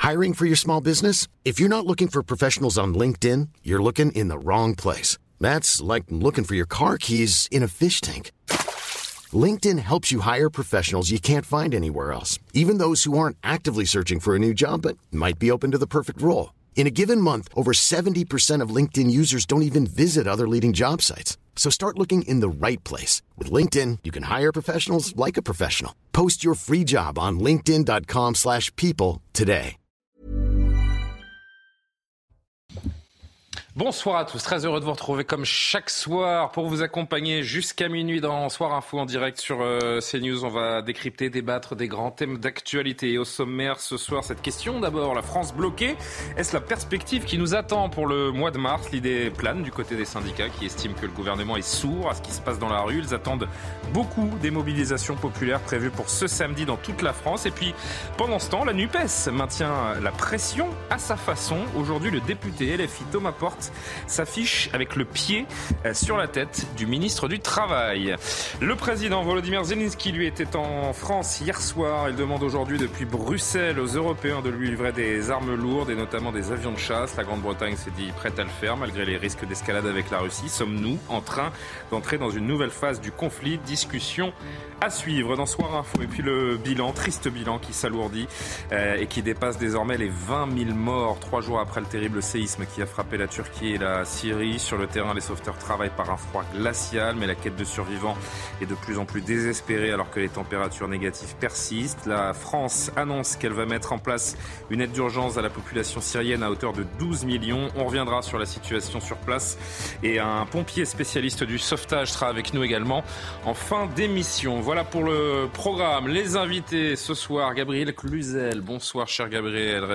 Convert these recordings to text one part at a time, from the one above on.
Hiring for your small business? If you're not looking for professionals on LinkedIn, you're looking in the wrong place. That's like looking for your car keys in a fish tank. LinkedIn helps you hire professionals you can't find anywhere else, even those who aren't actively searching for a new job but might be open to the perfect role. In a given month, over 70% of LinkedIn users don't even visit other leading job sites. So start looking in the right place. With LinkedIn, you can hire professionals like a professional. Post your free job on linkedin.com/people today. Bonsoir à tous, très heureux de vous retrouver comme chaque soir pour vous accompagner jusqu'à minuit dans Soir Info en direct sur CNews. On va décrypter, débattre des grands thèmes d'actualité. Et au sommaire ce soir, cette question d'abord, la France bloquée. Est-ce la perspective qui nous attend pour le mois de mars? L'idée plane du côté des syndicats qui estiment que le gouvernement est sourd à ce qui se passe dans la rue. Ils attendent beaucoup des mobilisations populaires prévues pour ce samedi dans toute la France. Et puis pendant ce temps, la NUPES maintient la pression à sa façon. Aujourd'hui, le député LFI Thomas Porte s'affiche avec le pied sur la tête du ministre du Travail. Le président Volodymyr Zelensky, lui, était en France hier soir. Il demande aujourd'hui depuis Bruxelles aux Européens de lui livrer des armes lourdes et notamment des avions de chasse. La Grande-Bretagne s'est dit prête à le faire malgré les risques d'escalade avec la Russie. Sommes-nous en train d'entrer dans une nouvelle phase du conflit? Discussion à suivre dans Soir Info. Et puis le bilan, triste bilan qui s'alourdit et qui dépasse désormais les 20 000 morts 3 jours après le terrible séisme qui a frappé la Turquie et la Syrie. Sur le terrain, les sauveteurs travaillent par un froid glacial, mais la quête de survivants est de plus en plus désespérée alors que les températures négatives persistent. La France annonce qu'elle va mettre en place une aide d'urgence à la population syrienne à hauteur de 12 millions. On reviendra sur la situation sur place et un pompier spécialiste du sauvetage sera avec nous également en fin d'émission. Voilà pour le programme. Les invités ce soir, Gabrielle Cluzel. Bonsoir, cher Gabrielle,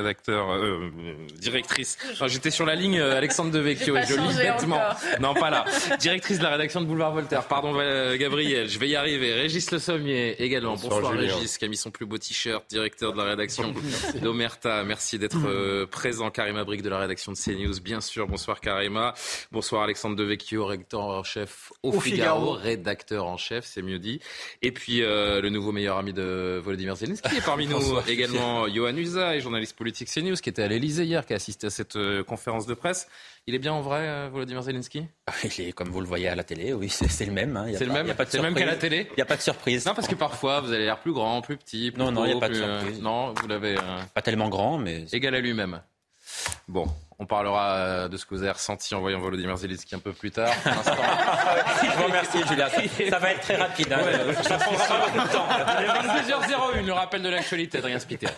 directrice. Enfin, j'étais sur la ligne Alexandre Devecchio et je lis bêtement. Non, pas là. Directrice de la rédaction de Boulevard Voltaire. Pardon, Gabrielle, je vais y arriver. Régis Le Sommier également. Bonsoir Régis, qui a mis son plus beau t-shirt, directeur de la rédaction d'Omerta. Merci d'être présent. Karima Brick de la rédaction de CNews, bien sûr. Bonsoir Karima. Bonsoir Alexandre Devecchio, rédacteur en chef au Figaro. Rédacteur en chef, c'est mieux dit. Et puis le nouveau meilleur ami de Volodymyr Zelensky est parmi nous également. Yohann Usaï, journaliste politique CNews, qui était à l'Elysée hier, qui a assisté à cette conférence de presse. Il est bien en vrai, Volodymyr Zelensky? Il est, comme vous le voyez à la télé, oui, c'est le même. Hein. C'est le même qu'à la télé? Il n'y a pas de surprise. Non, parce que parfois, vous avez l'air plus grand, plus petit. Plus non, il n'y a pas de surprise. Non, vous l'avez... Pas tellement grand, mais... Égal à lui-même. Bon, on parlera de ce que vous avez ressenti en voyant Volodymyr Zelensky un peu plus tard. Je vous remercie, Julien. Ça va être très rapide. Hein. Ouais, ça prendra beaucoup de temps. Il est 22h01, le rappel de l'actualité, Adrien Spiteri.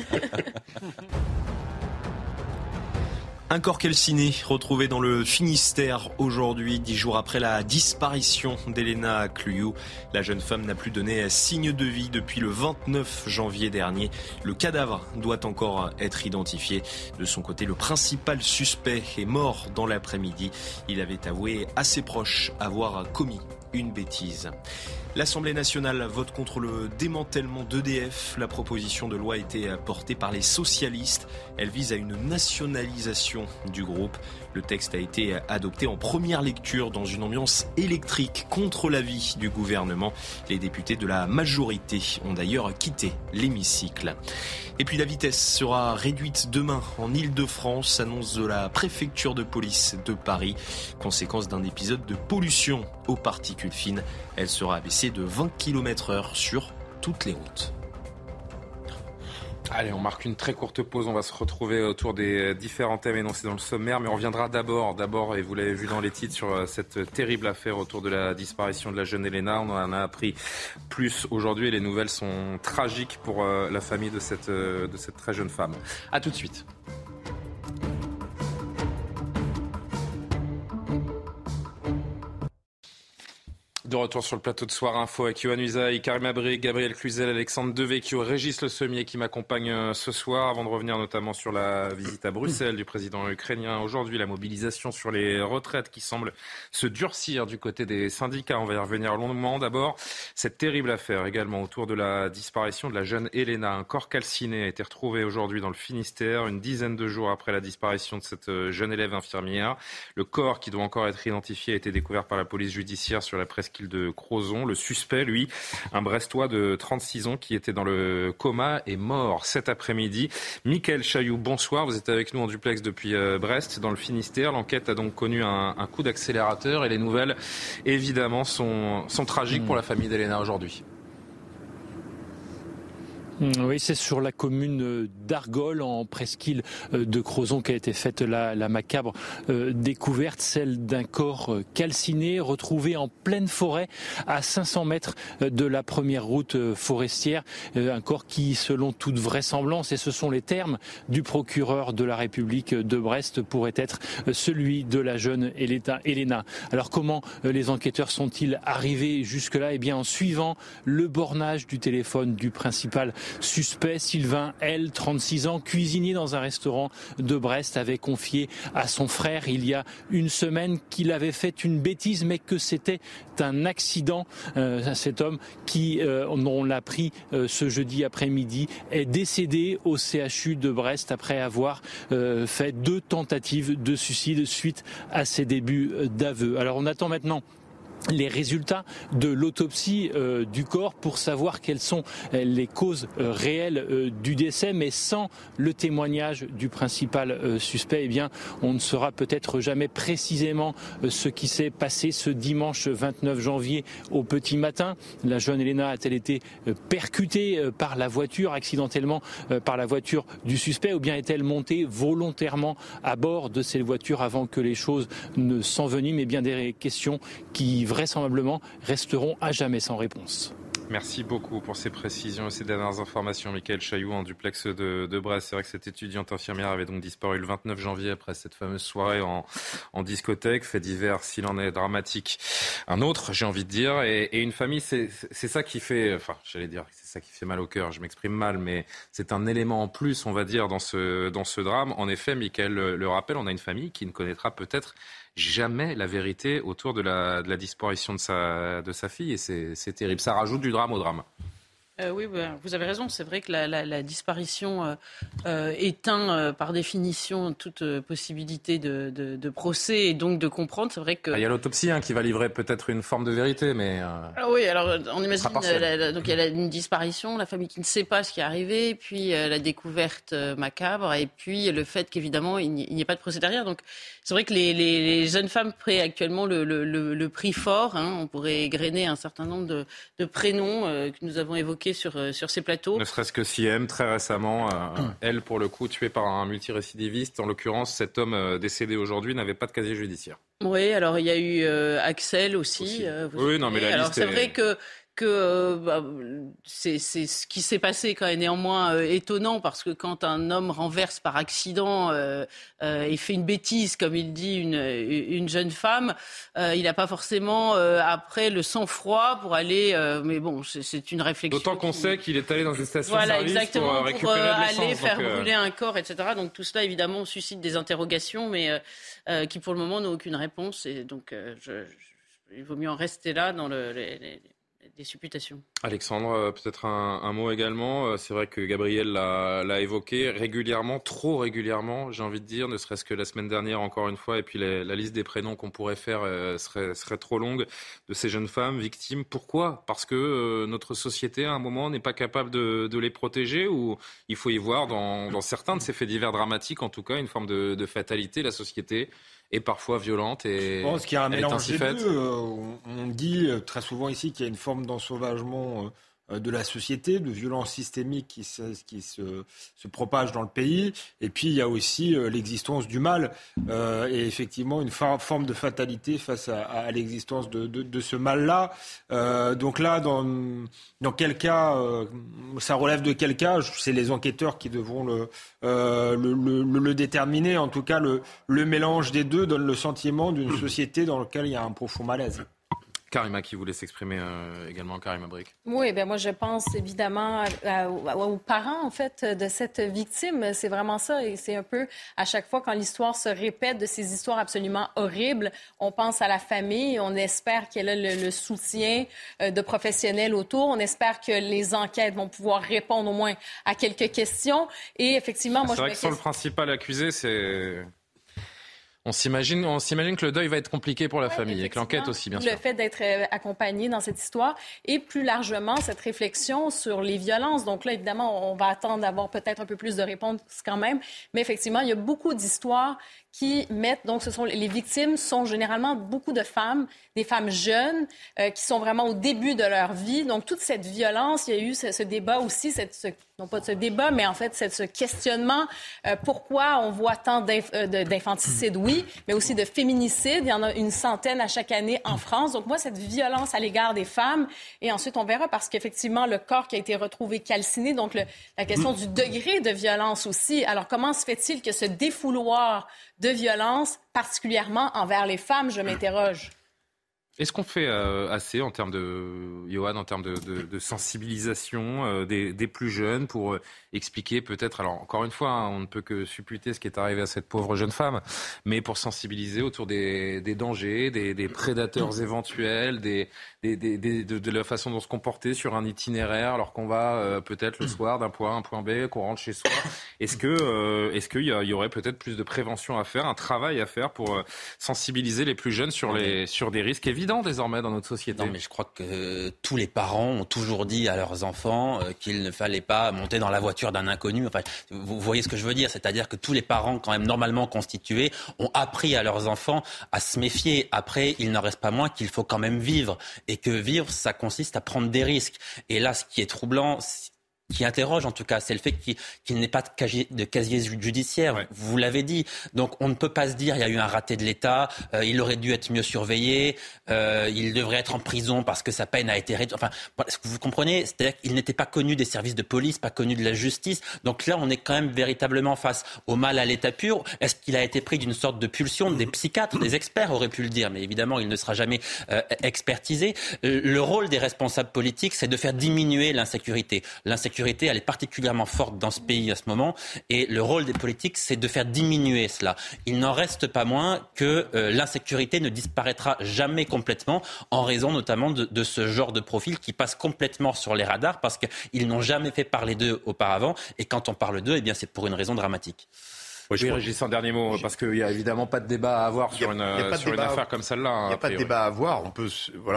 Un corps calciné retrouvé dans le Finistère aujourd'hui, 10 jours après la disparition d'Elena Cluiu. La jeune femme n'a plus donné signe de vie depuis le 29 janvier dernier. Le cadavre doit encore être identifié. De son côté, le principal suspect est mort dans l'après-midi. Il avait avoué à ses proches avoir commis une bêtise. L'Assemblée nationale vote contre le démantèlement d'EDF. La proposition de loi a été portée par les socialistes. Elle vise à une nationalisation du groupe. Le texte a été adopté en première lecture dans une ambiance électrique contre l'avis du gouvernement. Les députés de la majorité ont d'ailleurs quitté l'hémicycle. Et puis la vitesse sera réduite demain en Île-de-France, annonce de la préfecture de police de Paris. Conséquence d'un épisode de pollution aux particules fines. Elle sera abaissée de 20 km/h sur toutes les routes. Allez, on marque une très courte pause. On va se retrouver autour des différents thèmes énoncés dans le sommaire. Mais on reviendra d'abord, et vous l'avez vu dans les titres, sur cette terrible affaire autour de la disparition de la jeune Elena. On en a appris plus aujourd'hui et les nouvelles sont tragiques pour la famille de cette très jeune femme. A tout de suite. De retour sur le plateau de Soir Info avec Yohann Usaï, Karima Brick, Gabrielle Cluzel, Alexandre Devecchio, Régis Le Sommier qui m'accompagne ce soir. Avant de revenir notamment sur la visite à Bruxelles du président ukrainien. Aujourd'hui, la mobilisation sur les retraites qui semble se durcir du côté des syndicats. On va y revenir longuement. D'abord, cette terrible affaire également autour de la disparition de la jeune Elena. Un corps calciné a été retrouvé aujourd'hui dans le Finistère, une dizaine de jours après la disparition de cette jeune élève infirmière. Le corps, qui doit encore être identifié, a été découvert par la police judiciaire sur la presqu'île presqu'île de Crozon. Le suspect, lui, un Brestois de 36 ans qui était dans le coma, est mort cet après-midi. Mickaël Chailloux, bonsoir. Vous êtes avec nous en duplex depuis Brest, dans le Finistère. L'enquête a donc connu un coup d'accélérateur et les nouvelles, évidemment, sont tragiques pour la famille d'Elena aujourd'hui. Oui, c'est sur la commune d'Argol, en presqu'île de Crozon, qu'a été faite la macabre découverte, celle d'un corps calciné retrouvé en pleine forêt à 500 mètres de la première route forestière. Un corps qui, selon toute vraisemblance, et ce sont les termes du procureur de la République de Brest, pourrait être celui de la jeune Elena. Alors comment les enquêteurs sont-ils arrivés jusque-là ? Eh bien, en suivant le bornage du téléphone du principal suspect. Sylvain L, 36 ans, cuisinier dans un restaurant de Brest, avait confié à son frère il y a une semaine qu'il avait fait une bêtise, mais que c'était un accident. Cet homme qui, on l'a appris ce jeudi après-midi, est décédé au CHU de Brest après avoir fait 2 tentatives de suicide suite à ses débuts d'aveu. Alors on attend maintenant les résultats de l'autopsie du corps pour savoir quelles sont les causes réelles du décès, mais sans le témoignage du principal suspect, eh bien, on ne saura peut-être jamais précisément ce qui s'est passé ce dimanche 29 janvier au petit matin. La jeune Elena a-t-elle été percutée par la voiture, accidentellement par la voiture du suspect, ou bien est-elle montée volontairement à bord de cette voiture avant que les choses ne s'enveniment? Eh bien, des questions qui vraisemblablement resteront à jamais sans réponse. Merci beaucoup pour ces précisions et ces dernières informations, Mickaël Chailloux, en duplex de Brest. C'est vrai que cette étudiante infirmière avait donc disparu le 29 janvier après cette fameuse soirée en discothèque. Fait divers, s'il en est dramatique. Un autre, j'ai envie de dire, et une famille, c'est ça qui fait, enfin, j'allais dire, c'est ça qui fait mal au cœur. Je m'exprime mal, mais c'est un élément en plus, on va dire, dans ce drame. En effet, Mickaël le rappelle, on a une famille qui ne connaîtra peut-être jamais la vérité autour de la disparition de sa fille, et c'est terrible. Ça rajoute du drame au drame. Oui, vous avez raison. C'est vrai que la disparition éteint par définition toute possibilité de procès et donc de comprendre. C'est vrai que il y a l'autopsie qui va livrer peut-être une forme de vérité, mais oui. Alors on imagine donc il y a une disparition, la famille qui ne sait pas ce qui est arrivé, puis la découverte macabre, et puis le fait qu'évidemment il n'y ait pas de procès derrière. Donc c'est vrai que les jeunes femmes paient actuellement le prix fort. On pourrait égrener un certain nombre de prénoms que nous avons évoqués sur ces plateaux. Ne serait-ce que Siem, très récemment, elle, pour le coup, tuée par un multirécidiviste. En l'occurrence, cet homme décédé aujourd'hui n'avait pas de casier judiciaire. Oui, alors il y a eu Axel aussi. Oui, non, mais la liste c'est vrai que c'est ce qui s'est passé quand même néanmoins étonnant, parce que quand un homme renverse par accident et fait une bêtise, comme il dit, une jeune femme, il n'a pas forcément après le sang-froid pour aller... mais bon, c'est une réflexion. D'autant qu'on sait qu'il est allé dans des stations-service pour récupérer de l'essence. Aller faire brûler un corps, etc. Donc tout cela, évidemment, suscite des interrogations, mais qui pour le moment n'ont aucune réponse. Et donc il vaut mieux en rester là dans des supputations. Alexandre, peut-être un mot également. C'est vrai que Gabriel l'a évoqué régulièrement, trop régulièrement, j'ai envie de dire, ne serait-ce que la semaine dernière encore une fois, et puis la liste des prénoms qu'on pourrait faire serait trop longue, de ces jeunes femmes victimes. Pourquoi ? Parce que notre société, à un moment, n'est pas capable de les protéger, ou il faut y voir dans certains de ces faits divers dramatiques, en tout cas, une forme de fatalité. La société est parfois violente et je pense qu'il y a un mélange des faite. deux. On dit très souvent ici qu'il y a une forme d'ensauvagement de la société, de violence systémique qui se propage dans le pays. Et puis il y a aussi l'existence du mal et effectivement une forme de fatalité face à l'existence de ce mal-là. Donc là, dans quel cas ça relève de quel cas, c'est les enquêteurs qui devront le déterminer. En tout cas, le mélange des deux donne le sentiment d'une société dans laquelle il y a un profond malaise. Karima qui voulait s'exprimer également, Karima Brick. Oui, moi je pense évidemment aux parents en fait de cette victime. C'est vraiment ça, et c'est un peu à chaque fois quand l'histoire se répète de ces histoires absolument horribles, on pense à la famille, on espère qu'elle a le soutien de professionnels autour, on espère que les enquêtes vont pouvoir répondre au moins à quelques questions. Et effectivement, moi c'est vrai que sans le principal accusé, c'est... On s'imagine que le deuil va être compliqué pour la famille et que l'enquête aussi, bien sûr. Le fait d'être accompagné dans cette histoire et plus largement cette réflexion sur les violences. Donc là, évidemment, on va attendre d'avoir peut-être un peu plus de réponses quand même. Mais effectivement, il y a beaucoup d'histoires qui mettent, donc les victimes sont généralement beaucoup de femmes, des femmes jeunes qui sont vraiment au début de leur vie. Donc toute cette violence, il y a eu ce débat aussi, non pas de ce débat, mais en fait ce questionnement, pourquoi on voit tant d'infanticides, oui, mais aussi de féminicides. Il y en a une centaine à chaque année en France. Donc moi, cette violence à l'égard des femmes, et ensuite on verra, parce qu'effectivement, le corps qui a été retrouvé calciné, donc la question du degré de violence aussi. Alors comment se fait-il que ce défouloir de violence, particulièrement envers les femmes, je m'interroge. Est-ce qu'on fait assez en termes de sensibilisation des plus jeunes pour expliquer peut-être, alors encore une fois, on ne peut que supputer ce qui est arrivé à cette pauvre jeune femme, mais pour sensibiliser autour des dangers, des prédateurs éventuels, de la façon dont se comporter sur un itinéraire alors qu'on va peut-être le soir d'un point A à un point B, qu'on rentre chez soi. Est-ce qu'il y aurait peut-être plus de prévention à faire, un travail à faire pour sensibiliser les plus jeunes sur des risques évidents désormais dans notre société? Non, mais je crois que tous les parents ont toujours dit à leurs enfants qu'il ne fallait pas monter dans la voiture d'un inconnu. Enfin, vous voyez ce que je veux dire, c'est-à-dire que tous les parents, quand même normalement constitués, ont appris à leurs enfants à se méfier. Après, il n'en reste pas moins qu'il faut quand même vivre, et que vivre, ça consiste à prendre des risques. Et là, ce qui est troublant, qui interroge en tout cas, c'est le fait qu'il n'ait pas de casier judiciaire. Ouais. Vous l'avez dit. Donc on ne peut pas se dire il y a eu un raté de l'État, il aurait dû être mieux surveillé, il devrait être en prison parce que sa peine a été réduite. Enfin, vous comprenez, c'est-à-dire qu'il n'était pas connu des services de police, pas connu de la justice. Donc là, on est quand même véritablement face au mal à l'état pur. Est-ce qu'il a été pris d'une sorte de pulsion? Des psychiatres, des experts auraient pu le dire, mais évidemment, il ne sera jamais expertisé. Le rôle des responsables politiques, c'est de faire diminuer l'insécurité. L'insécurité, elle est particulièrement forte dans ce pays à ce moment, et le rôle des politiques, c'est de faire diminuer cela. Il n'en reste pas moins que l'insécurité ne disparaîtra jamais complètement, en raison notamment de ce genre de profil qui passe complètement sur les radars, parce qu'ils n'ont jamais fait parler d'eux auparavant, et quand on parle d'eux, eh bien, c'est pour une raison dramatique. Oui, Régis, un dernier mot, parce qu'il n'y a évidemment pas de débat à avoir sur une affaire comme celle-là. Il n'y a pas de débat à avoir. On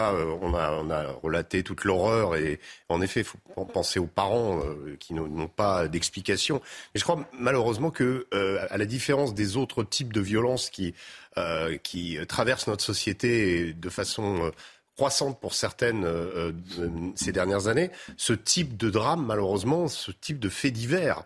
a relaté toute l'horreur, et en effet, il faut penser aux parents qui n'ont pas d'explication. Mais je crois malheureusement que, à la différence des autres types de violences qui traversent notre société de façon croissante pour certaines ces dernières années, ce type de drame, malheureusement, ce type de fait divers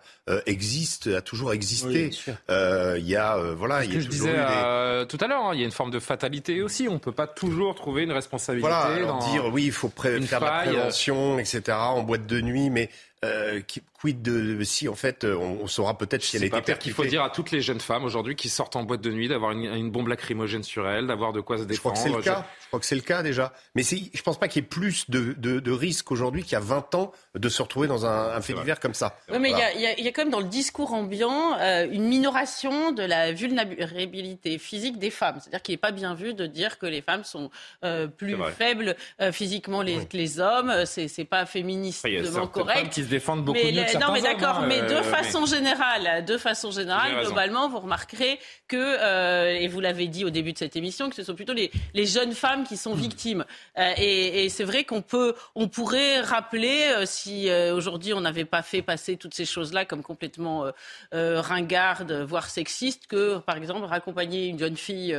a toujours existé. Oui, il y a je disais tout à l'heure, il y a une forme de fatalité aussi. On ne peut pas toujours trouver une responsabilité. Dire oui, il faut faire de la prévention, etc. en boîte de nuit, mais quid de si en fait on saura peut-être si elle était percutée. Qu'il faut dire à toutes les jeunes femmes aujourd'hui qui sortent en boîte de nuit d'avoir une bombe lacrymogène sur elles, d'avoir de quoi se défendre. Je crois que c'est le cas déjà. Mais je pense pas qu'il y ait plus de risques aujourd'hui qu'il y a 20 ans de se retrouver dans un fait divers comme ça. Oui, mais il y a quand même dans le discours ambiant une minoration de la vulnérabilité physique des femmes. C'est-à-dire qu'il n'est pas bien vu de dire que les femmes sont plus faibles physiquement que les hommes. C'est pas féministement correct. Qui se défendent beaucoup mieux que certains hommes. Non, mais d'accord, mais de façon générale, globalement, vous remarquerez que, et vous l'avez dit au début de cette émission, que ce sont plutôt les jeunes femmes qui sont victimes. Et c'est vrai qu'on pourrait rappeler, si aujourd'hui on n'avait pas fait passer toutes ces choses-là comme complètement ringardes, voire sexistes, que par exemple raccompagner une jeune fille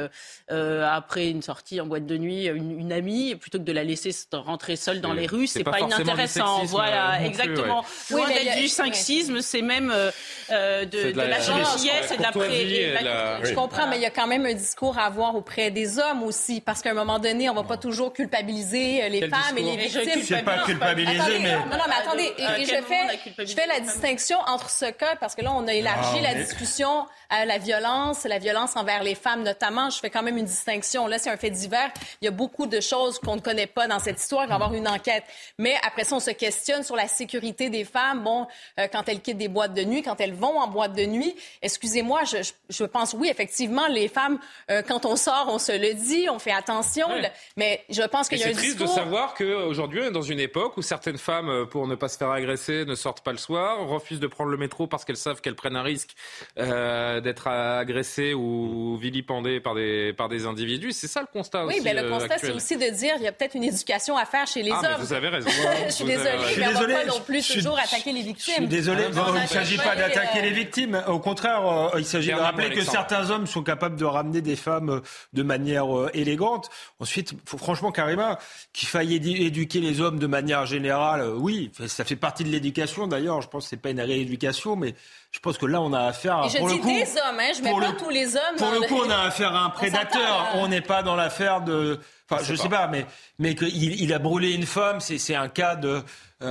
après une sortie en boîte de nuit, une amie, plutôt que de la laisser rentrer seule dans les rues, c'est pas inintéressant. Voilà, exactement. Loin d'être du sexisme, c'est même de la gentillesse et de la Je comprends, mais il y a quand même un discours à avoir auprès des hommes aussi, parce qu'à un moment donné, on va pas toujours culpabiliser les femmes et les victimes. C'est pas culpabiliser, mais... Non, mais attendez, je fais la distinction entre ce cas, parce que là, on a élargi la discussion à la violence envers les femmes notamment. Je fais quand même une distinction. Là, c'est un fait divers. Il y a beaucoup de choses qu'on ne connaît pas dans cette histoire. Il va y avoir une enquête. Mais après ça, on se questionne sur la sécurité des femmes. Bon, quand elles quittent des boîtes de nuit, quand elles vont en boîte de nuit. Excusez-moi, je pense, oui, effectivement, les femmes, quand on sort, on se le dit, on fait attention, mais je pense qu'il y a un discours... C'est triste de savoir qu'aujourd'hui, on est dans une époque où certaines femmes, pour ne pas se faire agresser, ne sortent pas le soir, refusent de prendre le métro parce qu'elles savent qu'elles prennent un risque d'être agressées ou vilipendées par des individus. C'est ça le constat aussi. Oui, mais le constat, c'est aussi de dire qu'il y a peut-être une éducation à faire chez les hommes. Mais vous avez raison. Je suis désolée, mais on ne va pas non plus toujours attaquer les victimes. Je suis désolé, il ne s'agit pas d'attaquer les victimes. Au contraire, il s'agit de rappeler que certains hommes sont capables de ramener des femmes de manière élégante. Ensuite, franchement, Karima, qu'il faille éduquer les hommes de manière générale, oui, ça fait partie de l'éducation. D'ailleurs, je pense que ce n'est pas une rééducation, mais je pense que là, on a affaire à... Et je dis des hommes, je ne mets pas tous les hommes. Pour le coup, on a affaire à un prédateur. On n'est pas dans l'affaire de... Enfin, je sais pas, mais qu'il a brûlé une femme, c'est un cas de...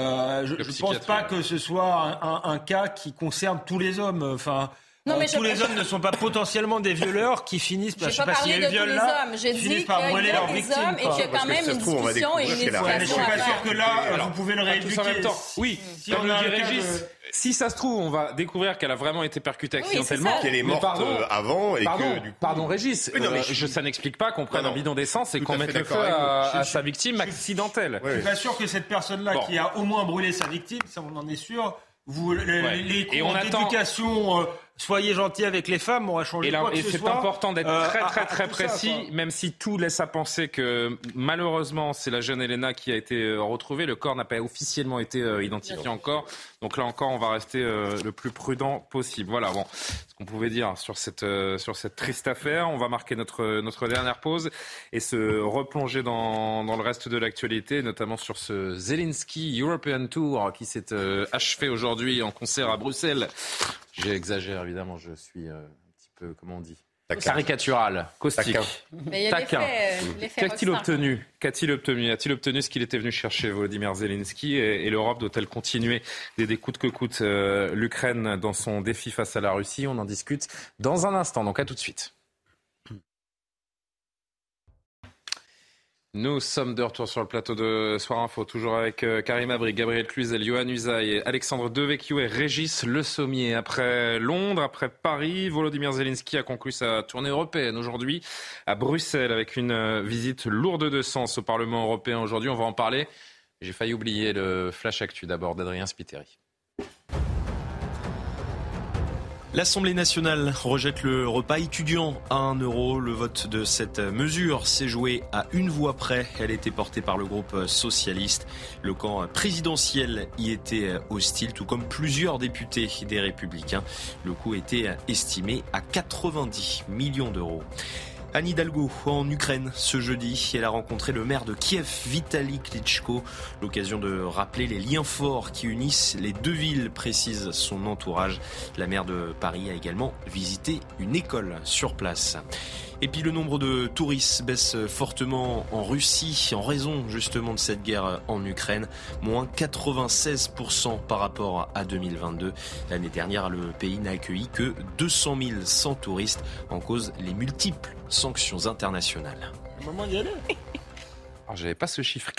je ne pense pas que ce soit un cas qui concerne tous les hommes. Enfin... Non, mais tous les hommes ne sont pas potentiellement des violeurs qui finissent par, je sais pas s'il y a eu viol là, finissent par brûler leurs victimes. Et qu'il y a quand même une discussion et une éducation. Je suis pas sûr que là, vous pouvez le rééduquer. Oui, comme le dit Régis, si ça se trouve, on va découvrir qu'elle a vraiment été percutée accidentellement. Qu'elle est morte avant et que du coup... Pardon Régis, ça n'explique pas qu'on prenne un bidon d'essence et qu'on mette le feu à sa victime accidentelle. Je suis pas sûr que cette personne-là qui a au moins brûlé sa victime, ça on en est sûr, les cours d'éducation... Soyez gentils avec les femmes, on va changer quoi que ce soit. Et c'est important d'être très précis, même si tout laisse à penser que malheureusement c'est la jeune Elena qui a été retrouvée. Le corps n'a pas officiellement été identifié encore. Donc là encore, on va rester le plus prudent possible. Voilà, bon, ce qu'on pouvait dire sur cette triste affaire. On va marquer notre dernière pause et se replonger dans le reste de l'actualité, notamment sur ce Zelensky European Tour qui s'est achevé aujourd'hui en concert à Bruxelles. J'exagère évidemment, je suis un petit peu, comment on dit, caricatural, caustique, taquin. Qu'a-t-il obtenu ? A-t-il obtenu ce qu'il était venu chercher, Volodymyr Zelensky, et l'Europe doit-elle continuer d'aider coûte que coûte l'Ukraine dans son défi face à la Russie ? On en discute dans un instant, donc à tout de suite. Nous sommes de retour sur le plateau de Soir Info, toujours avec Karim Abri, Gabriel Cluzel, Yohann Usaï, Alexandre Devecchio et Régis Le Sommier. Après Londres, après Paris, Volodymyr Zelensky a conclu sa tournée européenne aujourd'hui à Bruxelles avec une visite lourde de sens au Parlement européen aujourd'hui. On va en parler. J'ai failli oublier le flash actu d'abord d'Adrien Spiteri. L'Assemblée nationale rejette le repas étudiant à 1 €. Le vote de cette mesure s'est joué à une voix près. Elle était portée par le groupe socialiste. Le camp présidentiel y était hostile, tout comme plusieurs députés des Républicains. Le coût était estimé à 90 millions d'euros. Anne Hidalgo en Ukraine ce jeudi. Elle a rencontré le maire de Kiev, Vitaly Klitschko. L'occasion de rappeler les liens forts qui unissent les deux villes, précise son entourage. La maire de Paris a également visité une école sur place. Et puis le nombre de touristes baisse fortement en Russie en raison justement de cette guerre en Ukraine. Moins 96% par rapport à 2022. L'année dernière, le pays n'a accueilli que 200 100 touristes en cause les multiples sanctions internationales. Moment d'y aller. Alors, j'avais pas ce chiffre,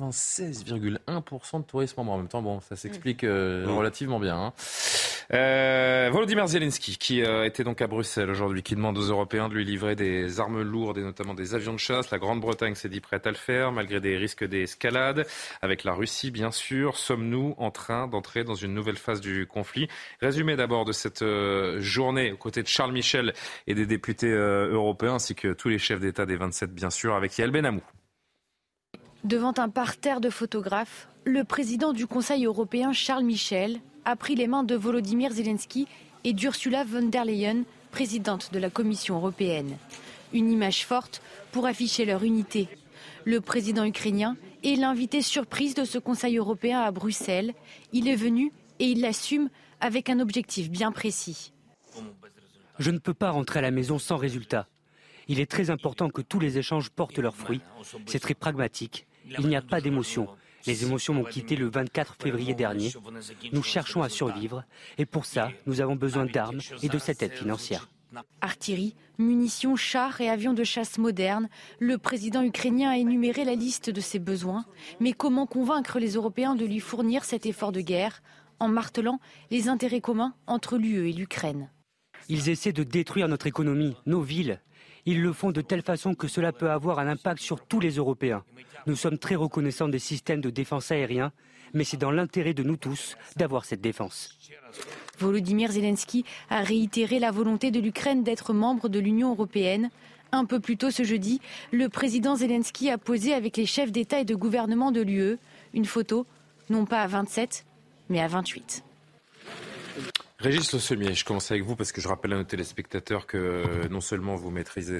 96,1% de tourisme en même temps. Bon, ça s'explique relativement bien. Hein. Volodymyr Zelensky, qui était donc à Bruxelles aujourd'hui, qui demande aux Européens de lui livrer des armes lourdes et notamment des avions de chasse. La Grande-Bretagne s'est dit prête à le faire, malgré des risques d'escalade. Avec la Russie, bien sûr, sommes-nous en train d'entrer dans une nouvelle phase du conflit ? Résumé d'abord de cette journée aux côtés de Charles Michel et des députés européens, ainsi que tous les chefs d'État des 27, bien sûr, avec Yael Benamou. Devant un parterre de photographes, le président du Conseil européen, Charles Michel, a pris les mains de Volodymyr Zelensky et d'Ursula von der Leyen, présidente de la Commission européenne. Une image forte pour afficher leur unité. Le président ukrainien est l'invité surprise de ce Conseil européen à Bruxelles. Il est venu et il l'assume avec un objectif bien précis. Je ne peux pas rentrer à la maison sans résultat. Il est très important que tous les échanges portent leurs fruits. C'est très pragmatique. Il n'y a pas d'émotion. Les émotions m'ont quitté le 24 février dernier. Nous cherchons à survivre et pour ça, nous avons besoin d'armes et de cette aide financière. Artillerie, munitions, chars et avions de chasse modernes, le président ukrainien a énuméré la liste de ses besoins. Mais comment convaincre les Européens de lui fournir cet effort de guerre ? en martelant les intérêts communs entre l'UE et l'Ukraine. Ils essaient de détruire notre économie, nos villes. Ils le font de telle façon que cela peut avoir un impact sur tous les Européens. Nous sommes très reconnaissants des systèmes de défense aériens, mais c'est dans l'intérêt de nous tous d'avoir cette défense. Volodymyr Zelensky a réitéré la volonté de l'Ukraine d'être membre de l'Union européenne. Un peu plus tôt ce jeudi, le président Zelensky a posé avec les chefs d'État et de gouvernement de l'UE une photo, non pas à 27, mais à 28. Régis Le Sommier, je commence avec vous parce que je rappelle à nos téléspectateurs que non seulement vous maîtrisez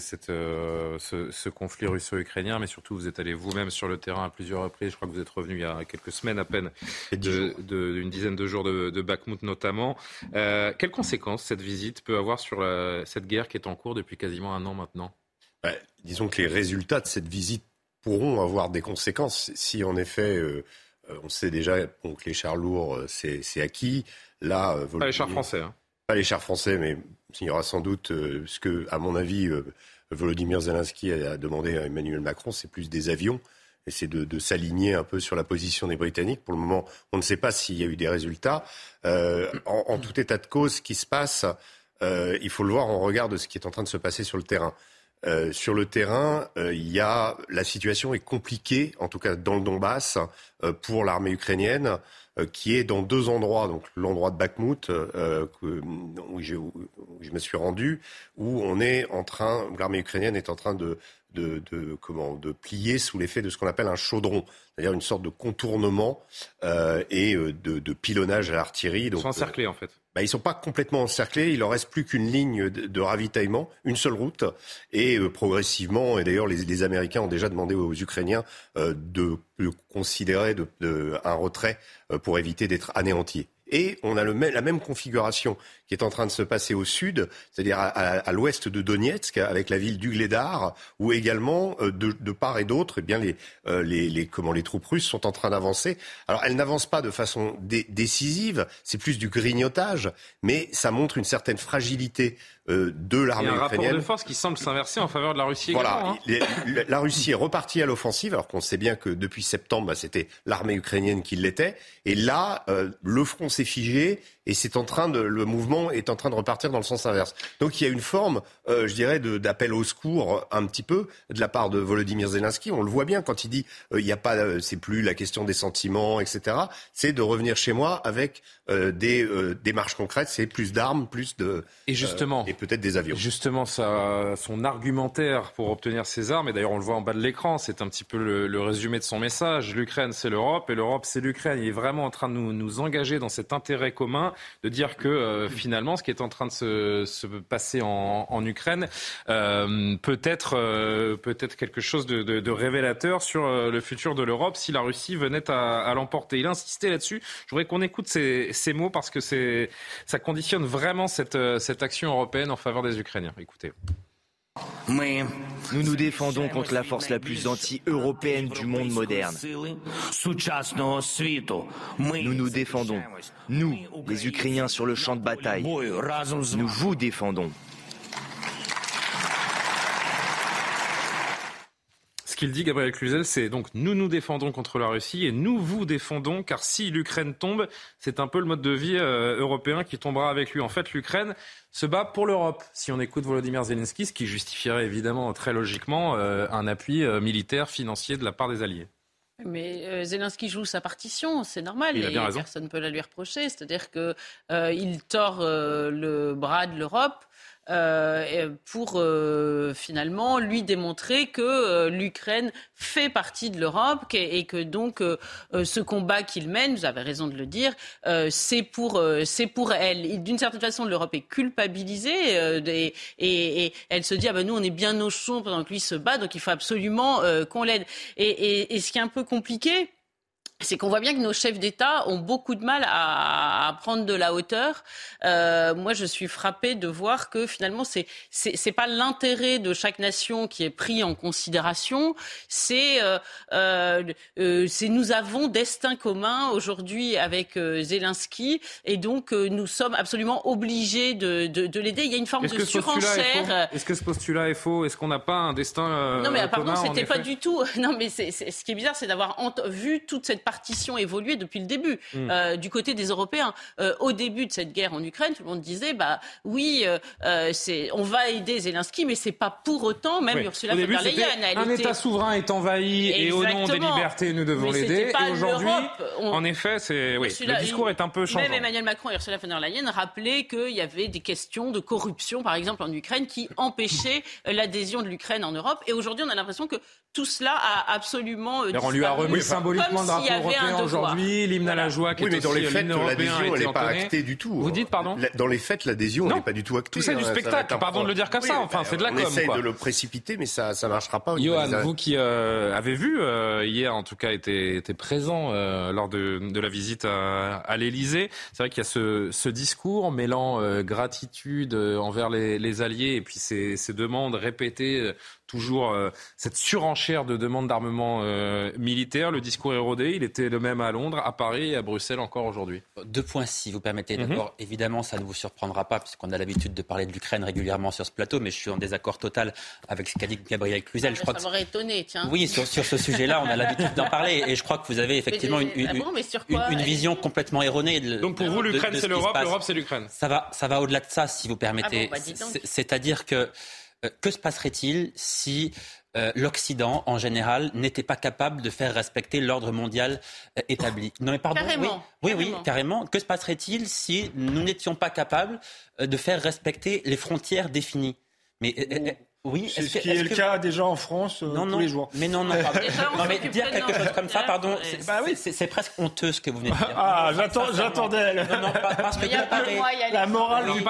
ce conflit russo-ukrainien, mais surtout vous êtes allé vous-même sur le terrain à plusieurs reprises. Je crois que vous êtes revenu il y a quelques semaines à peine, d'une dizaine de jours de Bakhmout notamment. Quelles conséquences cette visite peut avoir sur cette guerre qui est en cours depuis quasiment un an maintenant ? Disons que les résultats de cette visite pourront avoir des conséquences si en effet... on sait déjà que les chars lourds, c'est acquis. Là, pas les chars français. Pas les chars français, mais il y aura sans doute, ce que, à mon avis, Volodymyr Zelensky a demandé à Emmanuel Macron, c'est plus des avions. Et c'est de s'aligner un peu sur la position des Britanniques. Pour le moment, on ne sait pas s'il y a eu des résultats. En tout état de cause, ce qui se passe, il faut le voir en regard de ce qui est en train de se passer sur le terrain. Sur le terrain, la situation est compliquée, en tout cas dans le Donbass, pour l'armée ukrainienne, qui est dans deux endroits. Donc l'endroit de Bakhmout, où je me suis rendu, où l'armée ukrainienne est en train de plier sous l'effet de ce qu'on appelle un chaudron, c'est-à-dire une sorte de contournement et de pilonnage à l'artillerie. Ils sont encerclés en fait. Ils ne sont pas complètement encerclés, il leur reste plus qu'une ligne de ravitaillement, une seule route, et progressivement, et d'ailleurs les Américains ont déjà demandé aux Ukrainiens de considérer un retrait pour éviter d'être anéantis. Et on a la même configuration qui est en train de se passer au sud, c'est-à-dire à l'ouest de Donetsk, avec la ville d'Ugledar, où également, de part et d'autre, eh bien les troupes russes sont en train d'avancer. Alors, elles n'avancent pas de façon décisive, c'est plus du grignotage, mais ça montre une certaine fragilité de l'armée ukrainienne. Il y a un rapport de force qui semble s'inverser en faveur de la Russie également. Voilà, la Russie est repartie à l'offensive, alors qu'on sait bien que depuis septembre, c'était l'armée ukrainienne qui l'était. Et là, le front s'est figé et le mouvement est en train de repartir dans le sens inverse. Donc il y a une forme, je dirais, d'appel au secours un petit peu de la part de Volodymyr Zelensky. On le voit bien quand il dit il y a pas, c'est plus la question des sentiments, etc. C'est de revenir chez moi avec des démarches concrètes, c'est plus d'armes, plus de et justement et peut-être des avions. Justement, son argumentaire pour obtenir ces armes, et d'ailleurs on le voit en bas de l'écran, c'est un petit peu le résumé de son message. L'Ukraine, c'est l'Europe, et l'Europe, c'est l'Ukraine. Il est vraiment en train de nous engager dans cet intérêt commun, de dire que finalement, ce qui est en train de se passer en Ukraine peut être quelque chose de révélateur sur le futur de l'Europe si la Russie venait à l'emporter. Il a insisté là-dessus. Je voudrais qu'on écoute ces mots parce que ça conditionne vraiment cette action européenne en faveur des Ukrainiens. Écoutez. Nous nous défendons contre la force la plus anti-européenne du monde moderne. Nous nous défendons. Nous, les Ukrainiens sur le champ de bataille. Nous vous défendons. Ce qu'il dit, Gabriel Cluzel, c'est donc nous nous défendons contre la Russie et nous vous défendons, car si l'Ukraine tombe, c'est un peu le mode de vie européen qui tombera avec lui. En fait, l'Ukraine se bat pour l'Europe, si on écoute Volodymyr Zelensky, ce qui justifierait évidemment très logiquement un appui militaire, financier de la part des alliés. Mais Zelensky joue sa partition, c'est normal, et personne ne peut la lui reprocher. C'est-à-dire qu'il tord le bras de l'Europe pour finalement lui démontrer que l'Ukraine fait partie de l'Europe et que donc ce combat qu'il mène, vous avez raison de le dire, c'est pour elle. Et d'une certaine façon, l'Europe est culpabilisée et elle se dit nous on est bien au chaud pendant que lui se bat, donc il faut absolument qu'on l'aide. Et ce qui est un peu compliqué, c'est qu'on voit bien que nos chefs d'État ont beaucoup de mal à prendre de la hauteur. Moi, je suis frappée de voir que finalement, c'est pas l'intérêt de chaque nation qui est pris en considération. C'est nous avons destin commun aujourd'hui avec Zelensky, et donc nous sommes absolument obligés de l'aider. Il y a une forme de surenchère. Est-ce que ce postulat est faux ? Est-ce qu'on n'a pas un destin Non, mais pardon, commun, c'était pas du tout. Non, mais ce qui est bizarre, c'est d'avoir vu toute cette répartition évoluait depuis le début du côté des Européens. Au début de cette guerre en Ukraine, tout le monde disait on va aider Zelensky, mais c'est pas pour autant, même Ursula von der Leyen. Un État souverain est envahi et au nom des libertés, nous devons l'aider. Et aujourd'hui, en effet, le discours est un peu changeant. Même Emmanuel Macron et Ursula von der Leyen rappelaient qu'il y avait des questions de corruption, par exemple en Ukraine, qui empêchaient l'adhésion de l'Ukraine en Europe. Et aujourd'hui, on a l'impression que tout cela a absolument disparu. On lui a remis symboliquement le drapeau européen aujourd'hui, l'hymne à la joie qui est aussi dans les faits, l'adhésion, elle n'est pas actée du tout. Vous dites, pardon ? Dans les faits, l'adhésion n'est pas du tout actée. Tout ça, du spectacle, pardon de le dire comme ça, enfin, c'est de la com'. On essaie de le précipiter, mais ça ne marchera pas. Johan, vous qui avez vu hier, en tout cas, était présent lors de la visite à l'Élysée, c'est vrai qu'il y a ce discours mêlant gratitude envers les alliés et puis ces demandes répétées, toujours cette surenchère de demandes d'armement militaire. Le discours est rodé, il était le même à Londres, à Paris et à Bruxelles encore aujourd'hui. 2 points, si vous permettez. D'abord, évidemment, ça ne vous surprendra pas, puisqu'on a l'habitude de parler de l'Ukraine régulièrement sur ce plateau, mais je suis en désaccord total avec ce qu'a dit Gabriel Cluzel. Ça m'aurait étonné, tiens. Oui, sur ce sujet-là, on a l'habitude d'en parler, et je crois que vous avez effectivement une vision complètement erronée. Donc pour vous, l'Ukraine c'est l'Europe, l'Europe c'est l'Ukraine. Ça va au-delà de ça, si vous permettez. C'est-à-dire que se passerait-il si l'Occident, en général, n'était pas capable de faire respecter l'ordre mondial établi? Non, mais pardon. Oui, carrément. Que se passerait-il si nous n'étions pas capables de faire respecter les frontières définies? Mais oui, c'est ce qui est le cas déjà en France tous les jours. Mais non, pardon. Non, mais dire quelque chose comme ça, pardon, c'est presque honteux ce que vous venez de dire. Ah, j'attendais. Non, parce que la morale du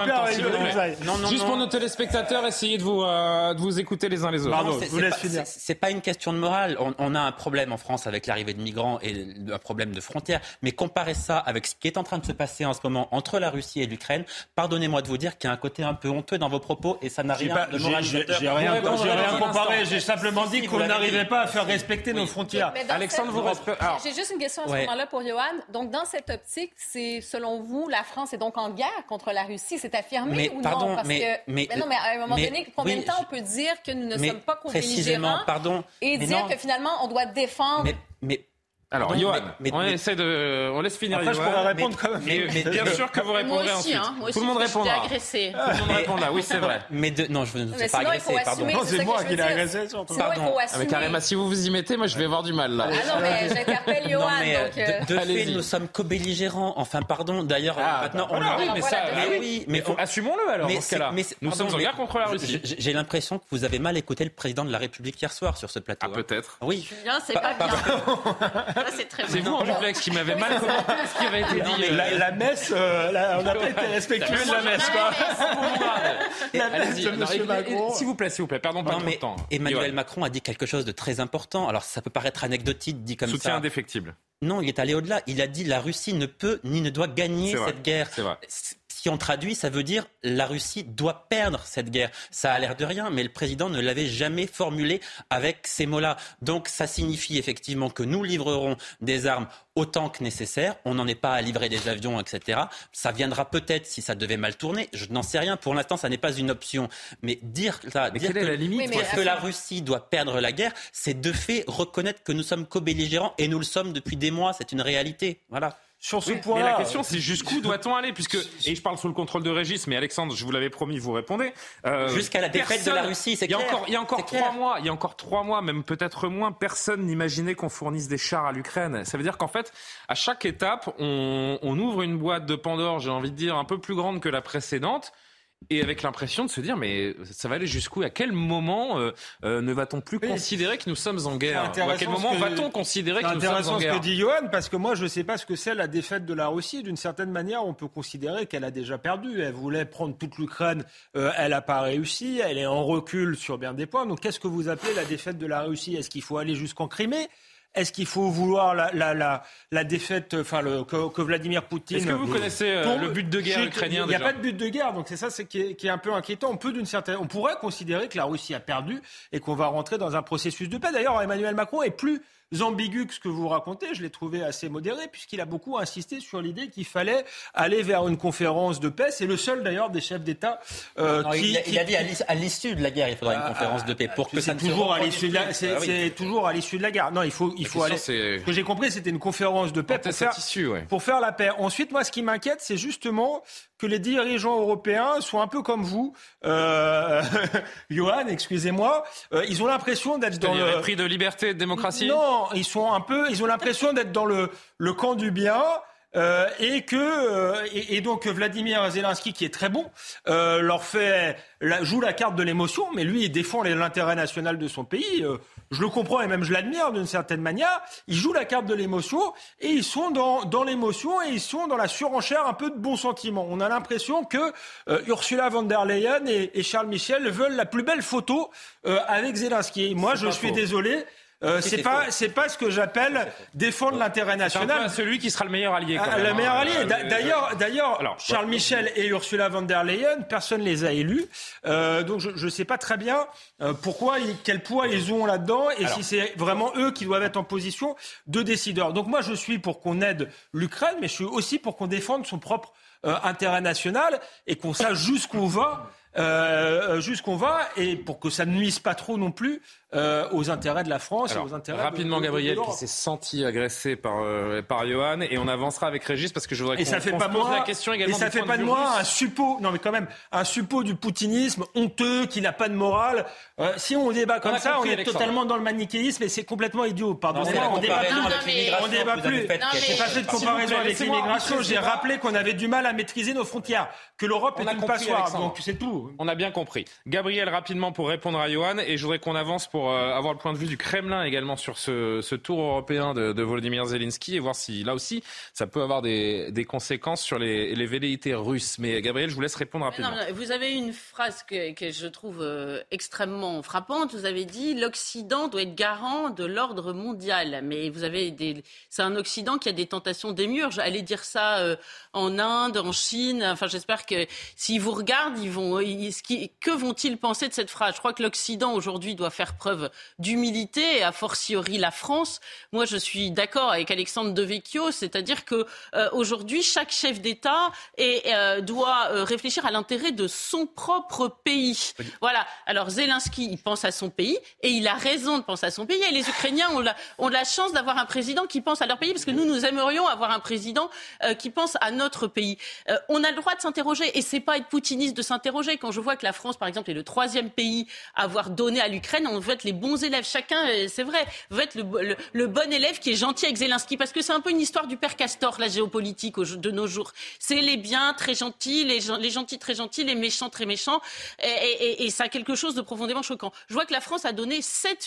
père. Juste pour nos téléspectateurs, essayez de vous écouter les uns les autres. Pardon, vous laisse finir. C'est pas une question de morale. On a un problème en France avec l'arrivée de migrants et un problème de frontières. Mais comparez ça avec ce qui est en train de se passer en ce moment entre la Russie et l'Ukraine. Pardonnez-moi de vous dire qu'il y a un côté un peu honteux dans vos propos et ça n'a rien de moral. J'ai rien comparé, j'ai simplement dit qu'on n'arrivait pas à faire respecter nos frontières. Alexandre, vous respectez. J'ai juste une question à ce moment-là pour Johan. Donc, dans cette optique, c'est, selon vous, la France est donc en guerre contre la Russie? C'est affirmé ou non? Mais à un moment donné, combien de temps on peut dire que nous ne sommes pas co-belligérants et dire que finalement, on doit défendre... Alors, Johan, on laisse finir. Après, je pourrais répondre quand même. Mais bien sûr que vous répondrez ensuite. Tout le monde répondra. Tout le monde répondra. Oui, c'est vrai. Non, je ne vous ai pas agressé, pardon. Non, c'est moi qui l'ai agressé, surtout. Pardon. Mais carrément, si vous vous y mettez, moi, je vais avoir du mal, là. Ah non, mais j'interpelle Johan, donc... De fait, nous sommes co-belligérants. Enfin, pardon, d'ailleurs, maintenant, on le dit. Mais assumons-le, alors, dans ce cas-là. Nous sommes en guerre contre la Russie. J'ai l'impression que vous avez mal écouté le président de la République hier soir sur ce plateau. Ah, peut-être. Oui. Julien, c'est pas bien. C'est vous en duplex qui m'avez mal commenté ce qui avait été dit. La messe, on n'a pas été respectueux de la messe, quoi. La messe de M. Macron. S'il vous plaît, pardon, pas trop de temps. Emmanuel Macron a dit quelque chose de très important. Alors, ça peut paraître anecdotique dit comme ça. Soutien indéfectible. Non, il est allé au-delà. Il a dit la Russie ne peut ni ne doit gagner cette guerre. C'est vrai. Si on traduit, ça veut dire la Russie doit perdre cette guerre. Ça a l'air de rien, mais le président ne l'avait jamais formulé avec ces mots-là. Donc ça signifie effectivement que nous livrerons des armes autant que nécessaire. On n'en est pas à livrer des avions, etc. Ça viendra peut-être si ça devait mal tourner. Je n'en sais rien. Pour l'instant, ça n'est pas une option. Mais dire que la Russie doit perdre la guerre, c'est de fait reconnaître que nous sommes co-belligérants et nous le sommes depuis des mois. C'est une réalité. Voilà. Sur ce point-là, mais la question, c'est jusqu'où doit-on aller, et je parle sous le contrôle de Régis, mais Alexandre, je vous l'avais promis, vous répondez. Jusqu'à la défaite de la Russie, c'est clair. Il y a encore 3 mois, même peut-être moins, personne n'imaginait qu'on fournisse des chars à l'Ukraine. Ça veut dire qu'en fait, à chaque étape, on ouvre une boîte de Pandore, j'ai envie de dire, un peu plus grande que la précédente. Et avec l'impression de se dire, mais ça va aller jusqu'où? À quel moment ne va-t-on plus considérer que nous sommes en guerre? À quel moment va-t-on considérer que nous sommes en guerre? C'est intéressant ce que dit Johan, parce que moi, je ne sais pas ce que c'est la défaite de la Russie. D'une certaine manière, on peut considérer qu'elle a déjà perdu. Elle voulait prendre toute l'Ukraine, elle n'a pas réussi. Elle est en recul sur bien des points. Donc, qu'est-ce que vous appelez la défaite de la Russie? Est-ce qu'il faut aller jusqu'en Crimée? Est-ce qu'il faut vouloir la défaite, que Vladimir Poutine... Est-ce que vous connaissez le but de guerre ukrainien? Il n'y a pas de but de guerre, donc c'est ça qui est un peu inquiétant. On pourrait considérer que la Russie a perdu et qu'on va rentrer dans un processus de paix. D'ailleurs, Emmanuel Macron est plus ambigu que ce que vous racontez. Je l'ai trouvé assez modéré, puisqu'il a beaucoup insisté sur l'idée qu'il fallait aller vers une conférence de paix. C'est le seul, d'ailleurs, des chefs d'État il a dit à l'issue de la guerre, il faudra une conférence de paix pour que ça ne se reproduise. C'est toujours à l'issue de la guerre. Non, il faut aller. Ce que j'ai compris, c'était une conférence de paix pour faire la paix. Ensuite, moi, ce qui m'inquiète, c'est justement que les dirigeants européens soient un peu comme vous, Johan, excusez-moi. Ils ont l'impression d'être dans le prix de liberté et de démocratie. Non, ils ont l'impression d'être dans le camp du bien. Et donc Vladimir Zelensky, qui est très bon, joue la carte de l'émotion, mais lui, il défend l'intérêt national de son pays. Je le comprends et même je l'admire d'une certaine manière. Ils jouent la carte de l'émotion et ils sont dans l'émotion et ils sont dans la surenchère un peu de bons sentiments. On a l'impression que Ursula von der Leyen et Charles Michel veulent la plus belle photo avec Zelensky. Moi, je suis désolé. C'est pas ce que j'appelle défendre l'intérêt national. C'est un peu celui qui sera le meilleur allié. Le meilleur allié. D'ailleurs, Charles Michel et Ursula von der Leyen, personne les a élus. Donc je sais pas très bien quel poids ils ont là-dedans et si c'est vraiment eux qui doivent être en position de décideur. Donc moi je suis pour qu'on aide l'Ukraine, mais je suis aussi pour qu'on défende son propre intérêt national et qu'on sache jusqu'où on va. Et pour que ça ne nuise pas trop non plus aux intérêts de la France et aux intérêts rapidement de Gabriel qui s'est senti agressé par Johan et on avancera avec Régis parce que je voudrais qu'on se pose la question également. Et ça fait pas de moi un suppôt du poutinisme honteux qui n'a pas de morale. Si on débat comme ça, on est totalement dans le manichéisme et c'est complètement idiot. Pardonnez-moi, on débat plus. J'ai pas fait de comparaison avec l'immigration. J'ai rappelé qu'on avait du mal à maîtriser nos frontières, que l'Europe est une passoire. Donc c'est tout. On a bien compris. Gabriel, rapidement pour répondre à Johan, et je voudrais qu'on avance pour avoir le point de vue du Kremlin également sur ce tour européen de Volodymyr Zelensky et voir si là aussi ça peut avoir des conséquences sur les velléités russes. Mais Gabriel, je vous laisse répondre rapidement. Non, vous avez une phrase que je trouve extrêmement frappante. Vous avez dit l'Occident doit être garant de l'ordre mondial. Mais c'est un Occident qui a des tentations d'émurge. Allez dire ça en Inde, en Chine. Enfin, j'espère que s'ils vous regardent, que vont-ils penser de cette phrase ? Je crois que l'Occident aujourd'hui doit faire preuve d'humilité et a fortiori la France. Moi, je suis d'accord avec Alexandre Devecchio, c'est-à-dire que aujourd'hui, chaque chef d'État doit réfléchir à l'intérêt de son propre pays. Voilà. Alors Zelensky, il pense à son pays et il a raison de penser à son pays. Et les Ukrainiens ont la chance d'avoir un président qui pense à leur pays parce que nous aimerions avoir un président qui pense à notre pays. On a le droit de s'interroger et c'est pas être poutiniste de s'interroger. Quand je vois que la France, par exemple, est le 3e pays à avoir donné à l'Ukraine, on veut être les bons élèves. Chacun, c'est vrai, veut être le bon élève qui est gentil avec Zelensky. Parce que c'est un peu une histoire du père Castor, la géopolitique de nos jours. C'est les biens très gentils, les gentils très gentils, les méchants très méchants. Et ça a quelque chose de profondément choquant. Je vois que la France a donné